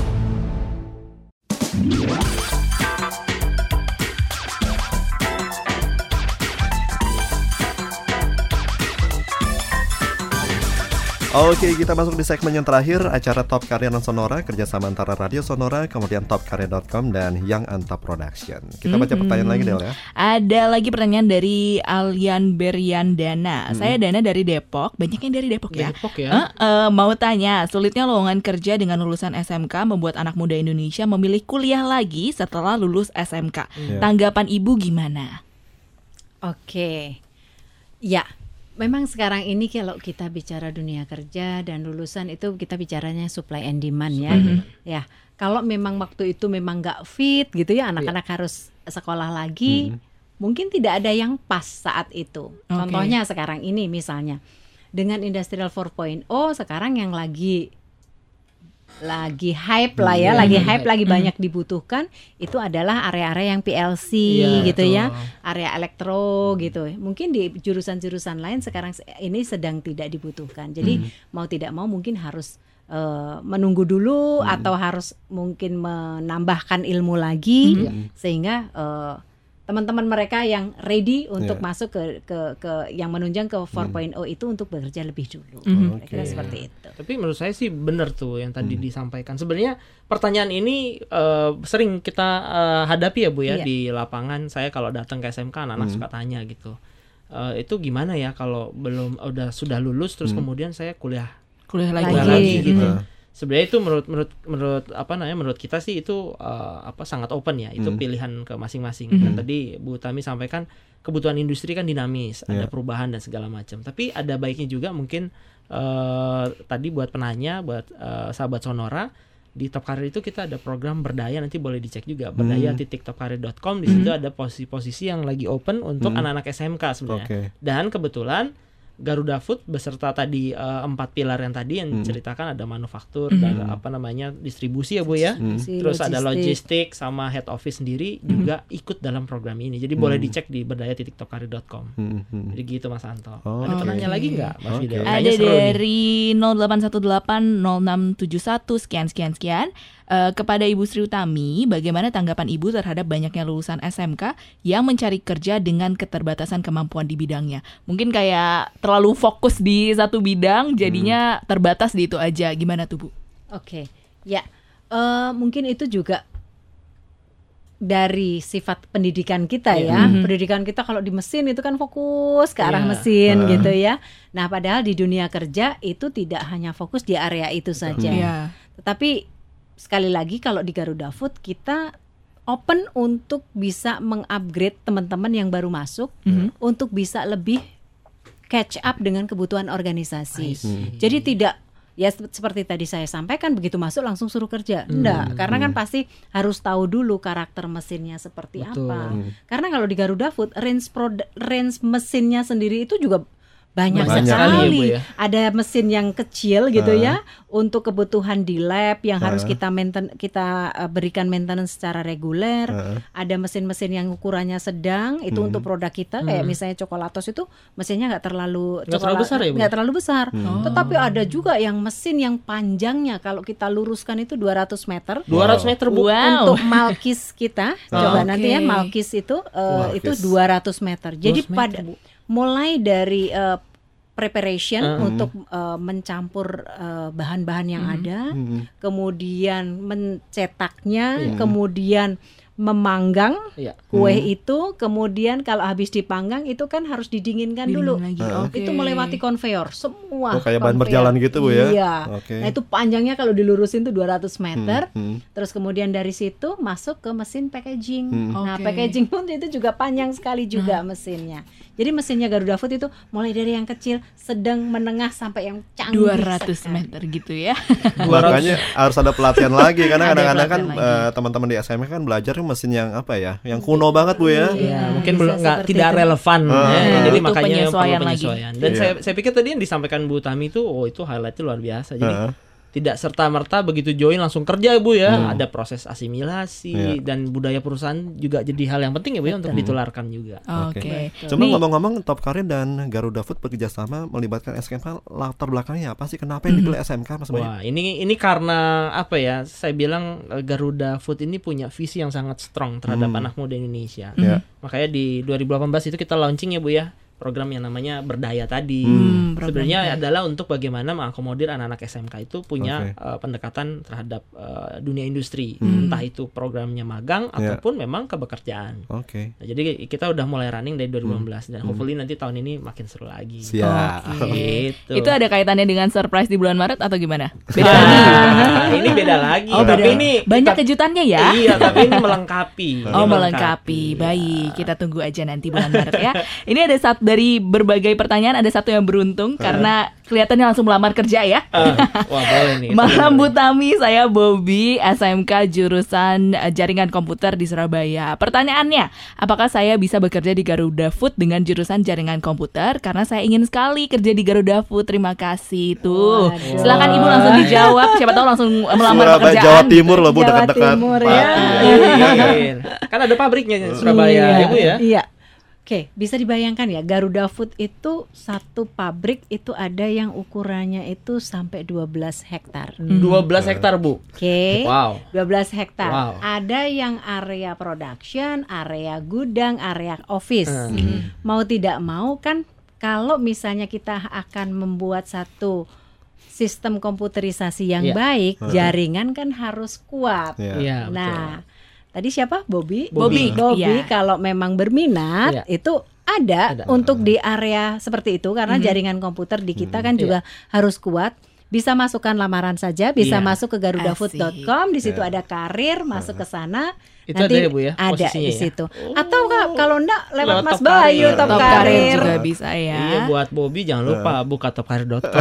Oke, kita masuk di segmen yang terakhir, acara Top Karir on Sonora, kerjasama antara Radio Sonora, kemudian top karir dot com dan Young Anta Production. Kita baca Mhm. pertanyaan lagi Del ya. Ada lagi pertanyaan dari Alian Beriandana. Hmm. Saya Dana dari Depok. Banyak yang dari Depok ya. Depok ya. Eh, eh, mau tanya, sulitnya lowongan kerja dengan lulusan S M K membuat anak muda Indonesia memilih kuliah lagi setelah lulus S M K. Iya. Tanggapan Ibu gimana? Oke, ya. Memang sekarang ini kalau kita bicara dunia kerja dan lulusan itu kita bicaranya supply and demand ya. Ya, kalau memang waktu itu memang nggak fit gitu ya, anak-anak harus sekolah lagi, mungkin tidak ada yang pas saat itu. Contohnya sekarang ini misalnya dengan Industrial empat titik nol sekarang yang lagi lagi hype lah ya, lagi hype, lagi banyak dibutuhkan itu adalah area-area yang P L C Iya, gitu ya, betul. area elektro gitu. Mungkin di jurusan-jurusan lain sekarang ini sedang tidak dibutuhkan. Jadi mau tidak mau mungkin harus uh, menunggu dulu atau harus mungkin menambahkan ilmu lagi sehingga uh, teman-teman mereka yang ready untuk Iya. masuk ke ke ke yang menunjang ke empat titik nol itu untuk bekerja lebih dulu. Mhm. Kira-kira Oke. seperti itu. Tapi menurut saya sih benar tuh yang tadi Hmm. disampaikan. Sebenarnya pertanyaan ini eh, sering kita eh, hadapi ya Bu ya Iya. di lapangan. Saya kalau datang ke S M K anak-anak Hmm. suka tanya gitu. Eh, itu gimana ya kalau belum udah sudah lulus terus Hmm. kemudian saya kuliah Kuliah lagi. kuliah Lagi. lagi gitu. Hmm. Sebenarnya itu menurut menurut menurut apa namanya menurut kita sih itu eh, apa sangat open ya. Itu Hmm. pilihan ke masing-masing. Mhm. Dan tadi Bu Tami sampaikan kebutuhan industri kan dinamis, ada Iya. perubahan dan segala macam. Tapi ada baiknya juga mungkin eh, tadi buat penanya, buat eh, sahabat Sonora di Top Karir itu kita ada program berdaya, nanti boleh dicek juga berdaya titik top karir dot com. Di situ ada posisi-posisi yang lagi open untuk Hmm. anak-anak S M K sebenarnya. Oke. Dan kebetulan Garuda Food beserta tadi eh, empat pilar yang tadi yang Hmm. diceritakan, ada manufaktur dan apa namanya distribusi ya Bu ya. Hmm. Si Terus ada logistik. logistik sama head office sendiri juga ikut dalam program ini. Jadi boleh dicek di berdaya titik top karir dot com. Hmm, hmm. Jadi gitu Mas Anto. Oh, Ada oke. penanya lagi nggak Mas Oke. Fidel? Ada Kayaknya seru nih. dari nol delapan satu delapan nol enam tujuh satu sekian sekian sekian. Eh, kepada Ibu Sri Utami, bagaimana tanggapan Ibu terhadap banyaknya lulusan S M K yang mencari kerja dengan keterbatasan kemampuan di bidangnya? Mungkin kayak terlalu fokus di satu bidang, jadinya terbatas di itu aja. Gimana tuh Bu? Oke, ya eh, mungkin itu juga dari sifat pendidikan kita ya. Pendidikan kita kalau di mesin itu kan fokus ke arah Iya. mesin Ah. gitu ya. Nah, padahal di dunia kerja itu tidak hanya fokus di area itu saja. Iya. Tetapi sekali lagi kalau di Garuda Food kita open untuk bisa mengupgrade teman-teman yang baru masuk untuk bisa lebih catch up dengan kebutuhan organisasi. Jadi tidak ya sep- seperti tadi saya sampaikan begitu masuk langsung suruh kerja. Enggak, karena kan pasti harus tahu dulu karakter mesinnya seperti Betul. apa. Karena kalau di Garuda Food range prod- range mesinnya sendiri itu juga banyak, Banyak sekali ya, Bu, sekali. ya. Ada mesin yang kecil gitu ya untuk kebutuhan di lab yang harus Ah. kita maintain, kita uh, berikan maintenance secara reguler. Ah. Ada mesin-mesin yang ukurannya sedang itu untuk produk kita kayak misalnya Coklatos itu mesinnya nggak terlalu Nggak terlalu besar ya, Bu? nggak terlalu besar. Tetapi ada juga yang mesin yang panjangnya kalau kita luruskan itu dua ratus meter. dua ratus meter Bu. Wow. Untuk Malkis kita, coba Oke. nanti ya Malkis itu uh, Malkis. itu dua ratus meter. Jadi meter, pada Bu. mulai dari uh, preparation Uh. untuk uh, mencampur uh, bahan-bahan yang ada, kemudian mencetaknya, kemudian memanggang Iya. kue Hmm. itu, kemudian kalau habis dipanggang itu kan harus didinginkan Dingin dulu. lagi. Heeh. Oke. Itu melewati konveyor semua. Oh, kayak bahan konveyor. berjalan gitu, Bu, ya? Iya. Oke. Nah itu panjangnya kalau dilurusin tuh dua ratus meter. Hmm, hmm. Terus kemudian dari situ masuk ke mesin packaging. Hmm. Nah Oke. packaging pun itu juga panjang sekali juga mesinnya. Jadi mesinnya Garuda Food itu mulai dari yang kecil, sedang, menengah sampai yang canggih dua ratus sekali. meter gitu ya. Makanya harus ada pelatihan lagi karena Ada kadang-kadang kan pelatihan lagi. eh, teman-teman di S M K kan belajar mesin yang apa ya, yang kuno banget, Bu, ya. Ya, mungkin bisa belum nggak seperti tidak itu. relevan Ah. ya. Iya, Jadi itu makanya perlu penyesuaian lagi. penyesuaian. Dan Iya. saya saya pikir tadi yang disampaikan Bu Tami itu oh itu highlightnya luar biasa. Jadi Heeh. tidak serta-merta begitu join langsung kerja Bu ya. Hmm. Ada proses asimilasi Iya. dan budaya perusahaan juga jadi hal yang penting ya Bu ya untuk ditularkan juga. Oke. Cuma Nih, ngomong-ngomong, Top Karir dan Garuda Food bekerja sama melibatkan S M K, latar belakangnya apa sih? Kenapa yang dipilih S M K, Mas Bayu? Wah, ini ini karena apa ya? Saya bilang eh, Garuda Food ini punya visi yang sangat strong terhadap Hmm. anak muda Indonesia. Ya. Makanya di dua ribu delapan belas itu kita launching ya Bu ya, program yang namanya Berdaya tadi. Hmm, program Sebenarnya Berdaya. adalah untuk bagaimana mengakomodir anak-anak S M K itu punya Oke. eh, pendekatan terhadap eh, dunia industri, Hmm. entah itu programnya magang Ya. ataupun memang kebekerjaan. Oke. Nah, jadi kita udah mulai running dari dua ribu lima belas dan hopefully nanti tahun ini makin seru lagi. Siap. Oke. Gitu. Itu ada kaitannya dengan surprise di bulan Maret atau gimana? Beda Ah, lagi. ini beda lagi. Oh, tapi beda. ini Banyak kita- kejutannya ya. Iya, tapi ini melengkapi. Oh, Ini melengkapi. Ya. Baik, kita tunggu aja nanti bulan Maret ya. Ini ada satu dari berbagai pertanyaan, ada satu yang beruntung karena kelihatannya langsung melamar kerja ya. Ah, wah boleh nih. Malam Bu Tami, saya Bobby, S M K jurusan eh, Jaringan Komputer di Surabaya. Pertanyaannya, apakah saya bisa bekerja di Garuda Food dengan jurusan Jaringan Komputer? Karena saya ingin sekali kerja di Garuda Food. Terima kasih tuh. Waduh. Silakan Ibu langsung dijawab. Siapa tahu langsung melamar Surabaya, pekerjaan. Jawa Timur loh, Bu, Jawa dekat-dekat. Timur, Pati, ya. Iya. Kan ada pabriknya di Surabaya ya Bu ya. Iya. Oke, bisa dibayangkan ya, Garuda Food itu satu pabrik itu ada yang ukurannya itu sampai dua belas hektar. dua belas hektar Bu. Oke. Wow. dua belas hektar. Wow. Ada yang area production, area gudang, area office. Hmm. Mau tidak mau kan kalau misalnya kita akan membuat satu sistem komputerisasi yang Iya. baik, jaringan kan harus kuat. Iya. Iya, betul. Nah, tadi siapa? Bobby. Bobby, Bobby iya. kalau memang berminat Iya. itu ada, Ada. untuk di area seperti itu karena Mhm. jaringan komputer di kita kan Iya. juga harus kuat. Bisa masukkan lamaran saja, bisa Iya. masuk ke garuda food dot com, di situ Iya. ada karir, masuk ke sana. Itu ada ya, Bu, ya, Ada posisinya di ya? situ. Atau ka- kalau enggak lewat Lewat Mas Top Bayu, Karir. Top, Top Karir. Karir juga bisa Iya, ya. buat Bobby jangan lupa buka top karir dot com.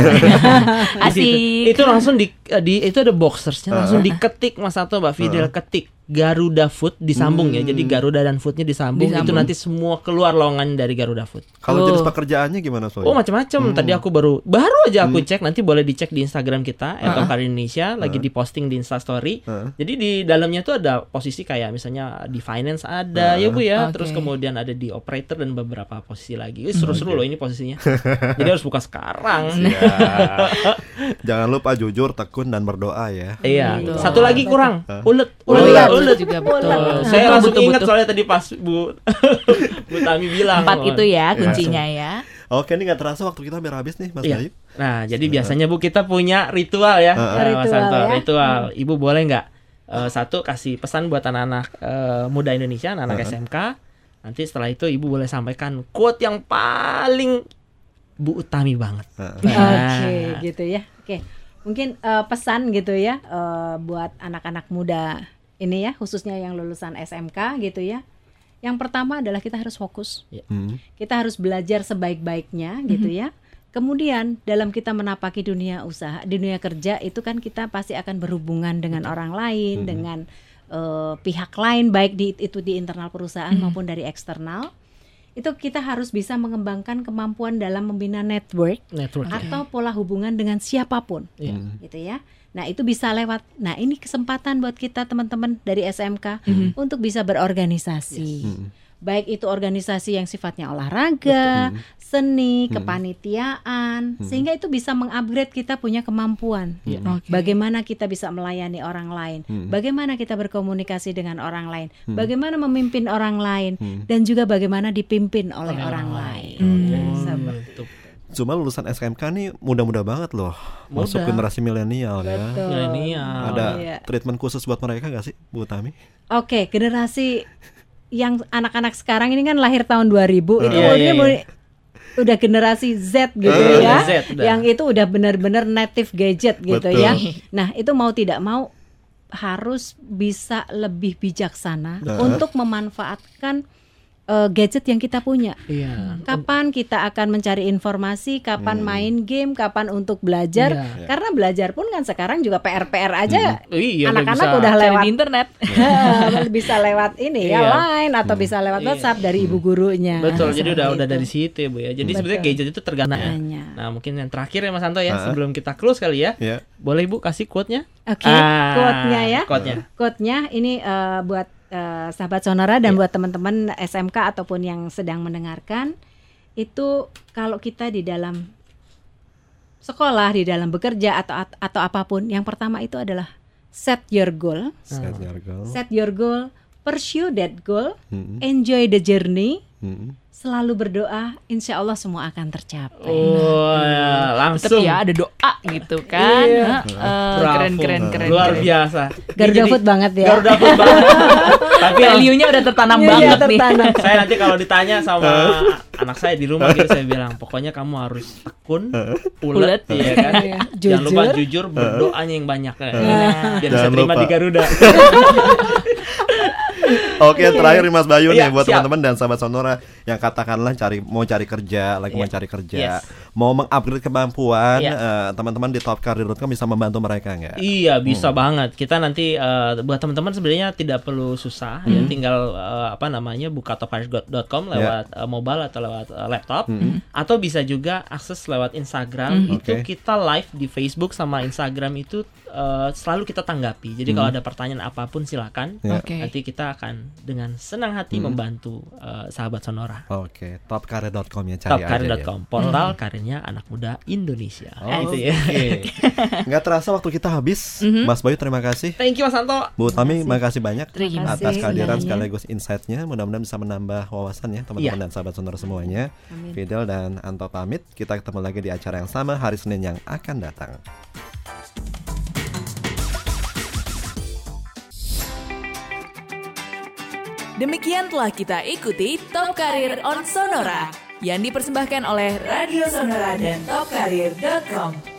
Asik. Itu langsung di, di itu ada boxersnya langsung diketik Mas Sato, Mbak Fidel ketik Garuda Food disambung ya. Jadi Garuda dan Foodnya disambung, Disambung. itu nanti semua keluar lowongan dari Garuda Food. Kalau Oh. jenis pekerjaannya gimana, Soy? Oh macam-macam. Tadi aku baru baru aja aku cek, nanti boleh dicek di Instagram kita atau Karir Indonesia lagi diposting di Instastory. Heeh. Jadi di dalamnya tuh ada posisi kayak misalnya di finance ada ya Bu ya. Oke. Terus kemudian ada di operator dan beberapa posisi lagi. Wih, seru-seru loh ini posisinya. Jadi harus buka sekarang. Ya. Jangan lupa jujur, tekun, dan berdoa ya. Iya. Betul. Satu lagi kurang. Ulet. Ulet, Ulet. ulet juga betul. Saya Betul, langsung betul, ingat betul. soalnya tadi pas Bu Bu Tami bilang. Empat itu ya Iya. kuncinya ya. Oke, ini nggak terasa waktu kita hampir habis nih, Mas Iya. Bayu. Nah, jadi biasanya Bu kita punya ritual ya, Heeh. eh, Mas Ritual Santo. ya. Ritual. Ibu boleh nggak eh, satu kasih pesan buat anak-anak eh, muda Indonesia, anak-anak Heeh. S M K. Nanti setelah itu Ibu boleh sampaikan quote yang paling Bu Utami banget. Heeh. Oke, Nah. gitu ya. Oke. Mungkin eh, pesan gitu ya eh, buat anak-anak muda ini ya, khususnya yang lulusan S M K gitu ya. Yang pertama adalah kita harus fokus. Hmm. Kita harus belajar sebaik-baiknya gitu ya. Kemudian dalam kita menapaki dunia usaha, dunia kerja itu kan kita pasti akan berhubungan dengan orang lain, dengan eh, pihak lain, baik di itu di internal perusahaan maupun dari eksternal. Itu kita harus bisa mengembangkan kemampuan dalam membina network Network. ya. atau pola hubungan dengan siapapun, Iya. gitu ya. Nah itu bisa lewat. Nah ini kesempatan buat kita teman-teman dari S M K untuk bisa berorganisasi. Baik itu organisasi yang sifatnya olahraga, seni, kepanitiaan, sehingga itu bisa mengupgrade kita punya kemampuan. Iya. Oke. Bagaimana kita bisa melayani orang lain, bagaimana kita berkomunikasi dengan orang lain, bagaimana memimpin orang lain, dan juga bagaimana dipimpin oleh orang lain. Oh, Seperti gitu. Cuma lulusan S M K nih muda-muda banget loh, masuk Muda. generasi milenial ya. Betul. Milenial. Ada Iya. treatment khusus buat mereka nggak sih, Bu Tami? Oke, generasi yang anak-anak sekarang ini kan lahir tahun dua ribu, itu Iya, udah iya, mulai- udah generasi Z gitu Eh, ya. Z udah. Yang itu udah benar-benar native gadget gitu Betul. ya. Nah, itu mau tidak mau harus bisa lebih bijaksana Nah. untuk memanfaatkan eh, gadget yang kita punya. Iya. Kapan kita akan mencari informasi, kapan main game, kapan untuk belajar. Iya. Karena belajar pun kan sekarang juga P R P R aja. Iya, Anak-anak bisa udah Cari lewat di internet. bisa lewat ini ya Iya. Line atau bisa lewat Iya. WhatsApp dari ibu gurunya. Betul, jadi udah Seperti udah itu. dari situ ya Bu ya. Jadi Betul. sebenarnya gadget itu tergantung. Makanya. Nah, mungkin yang terakhir ya Mas Santo ya, Ah. sebelum kita close kali ya. Ya. Boleh Ibu kasih quote-nya? Oke, Ah, quote-nya ya. Quote-nya. Quote-nya ini eh, buat eh, sahabat Sonora dan buat teman-teman S M K ataupun yang sedang mendengarkan, itu kalau kita di dalam sekolah, di dalam bekerja atau atau apapun, yang pertama itu adalah set your goal, Set your goal. set your goal, pursue that goal, Mm-mm. enjoy the journey, Mm-mm. selalu berdoa, insya Allah semua akan tercapai. Oh, ya, Tetep langsung. ya ada doa gitu kan. Iya. Heeh, Bravo. keren keren keren. Luar keren. biasa. Garuda Jadi- Food banget ya. Garuda Food banget. Tapi Value-nya udah tertanam Iya, banget nih. tertanam. saya nanti kalau ditanya sama anak saya di rumah gitu, saya bilang pokoknya kamu harus tekun, ulet, Ulet. iya kan. Iya. Jangan lupa Jujur. jujur, berdoanya yang banyak ya. Biar bisa Jangan terima lupa. di Garuda. Oke, terakhir nih Mas Bayu Iya, nih buat siap. teman-teman dan sahabat Sonora yang katakanlah cari mau cari kerja, lagi Iya. mau cari kerja, Yes. mau mengupgrade kemampuan, Iya. eh, teman-teman di top career dot com bisa membantu mereka nggak? Iya bisa banget. Kita nanti eh, buat teman-teman sebenarnya tidak perlu susah, ya tinggal eh, apa namanya buka top career dot com lewat eh, mobile atau lewat eh, laptop, atau bisa juga akses lewat Instagram. Itu Oke. kita live di Facebook sama Instagram itu eh, selalu kita tanggapi. Jadi kalau ada pertanyaan apapun silakan. Ya. Oke. Nanti kita akan dengan senang hati membantu eh, sahabat Sonora. Oke, top career dot com ya cari top aja career dot ya. com, portal karirnya anak muda Indonesia. Oh, Gitu ya. Oke. Nggak terasa waktu kita habis. Mas Bayu terima kasih. Thank you Mas Santo. Bu Tami, makasih banyak Terima atas kasih kehadiran semuanya. sekaligus insight-nya. Mudah-mudahan bisa menambah wawasan ya teman-teman dan sahabat Sonora semuanya. Fidel dan Anto pamit. Kita ketemu lagi di acara yang sama hari Senin yang akan datang. Demikian telah kita ikuti Top Karir on Sonora yang dipersembahkan oleh Radio Sonora dan top karir dot com.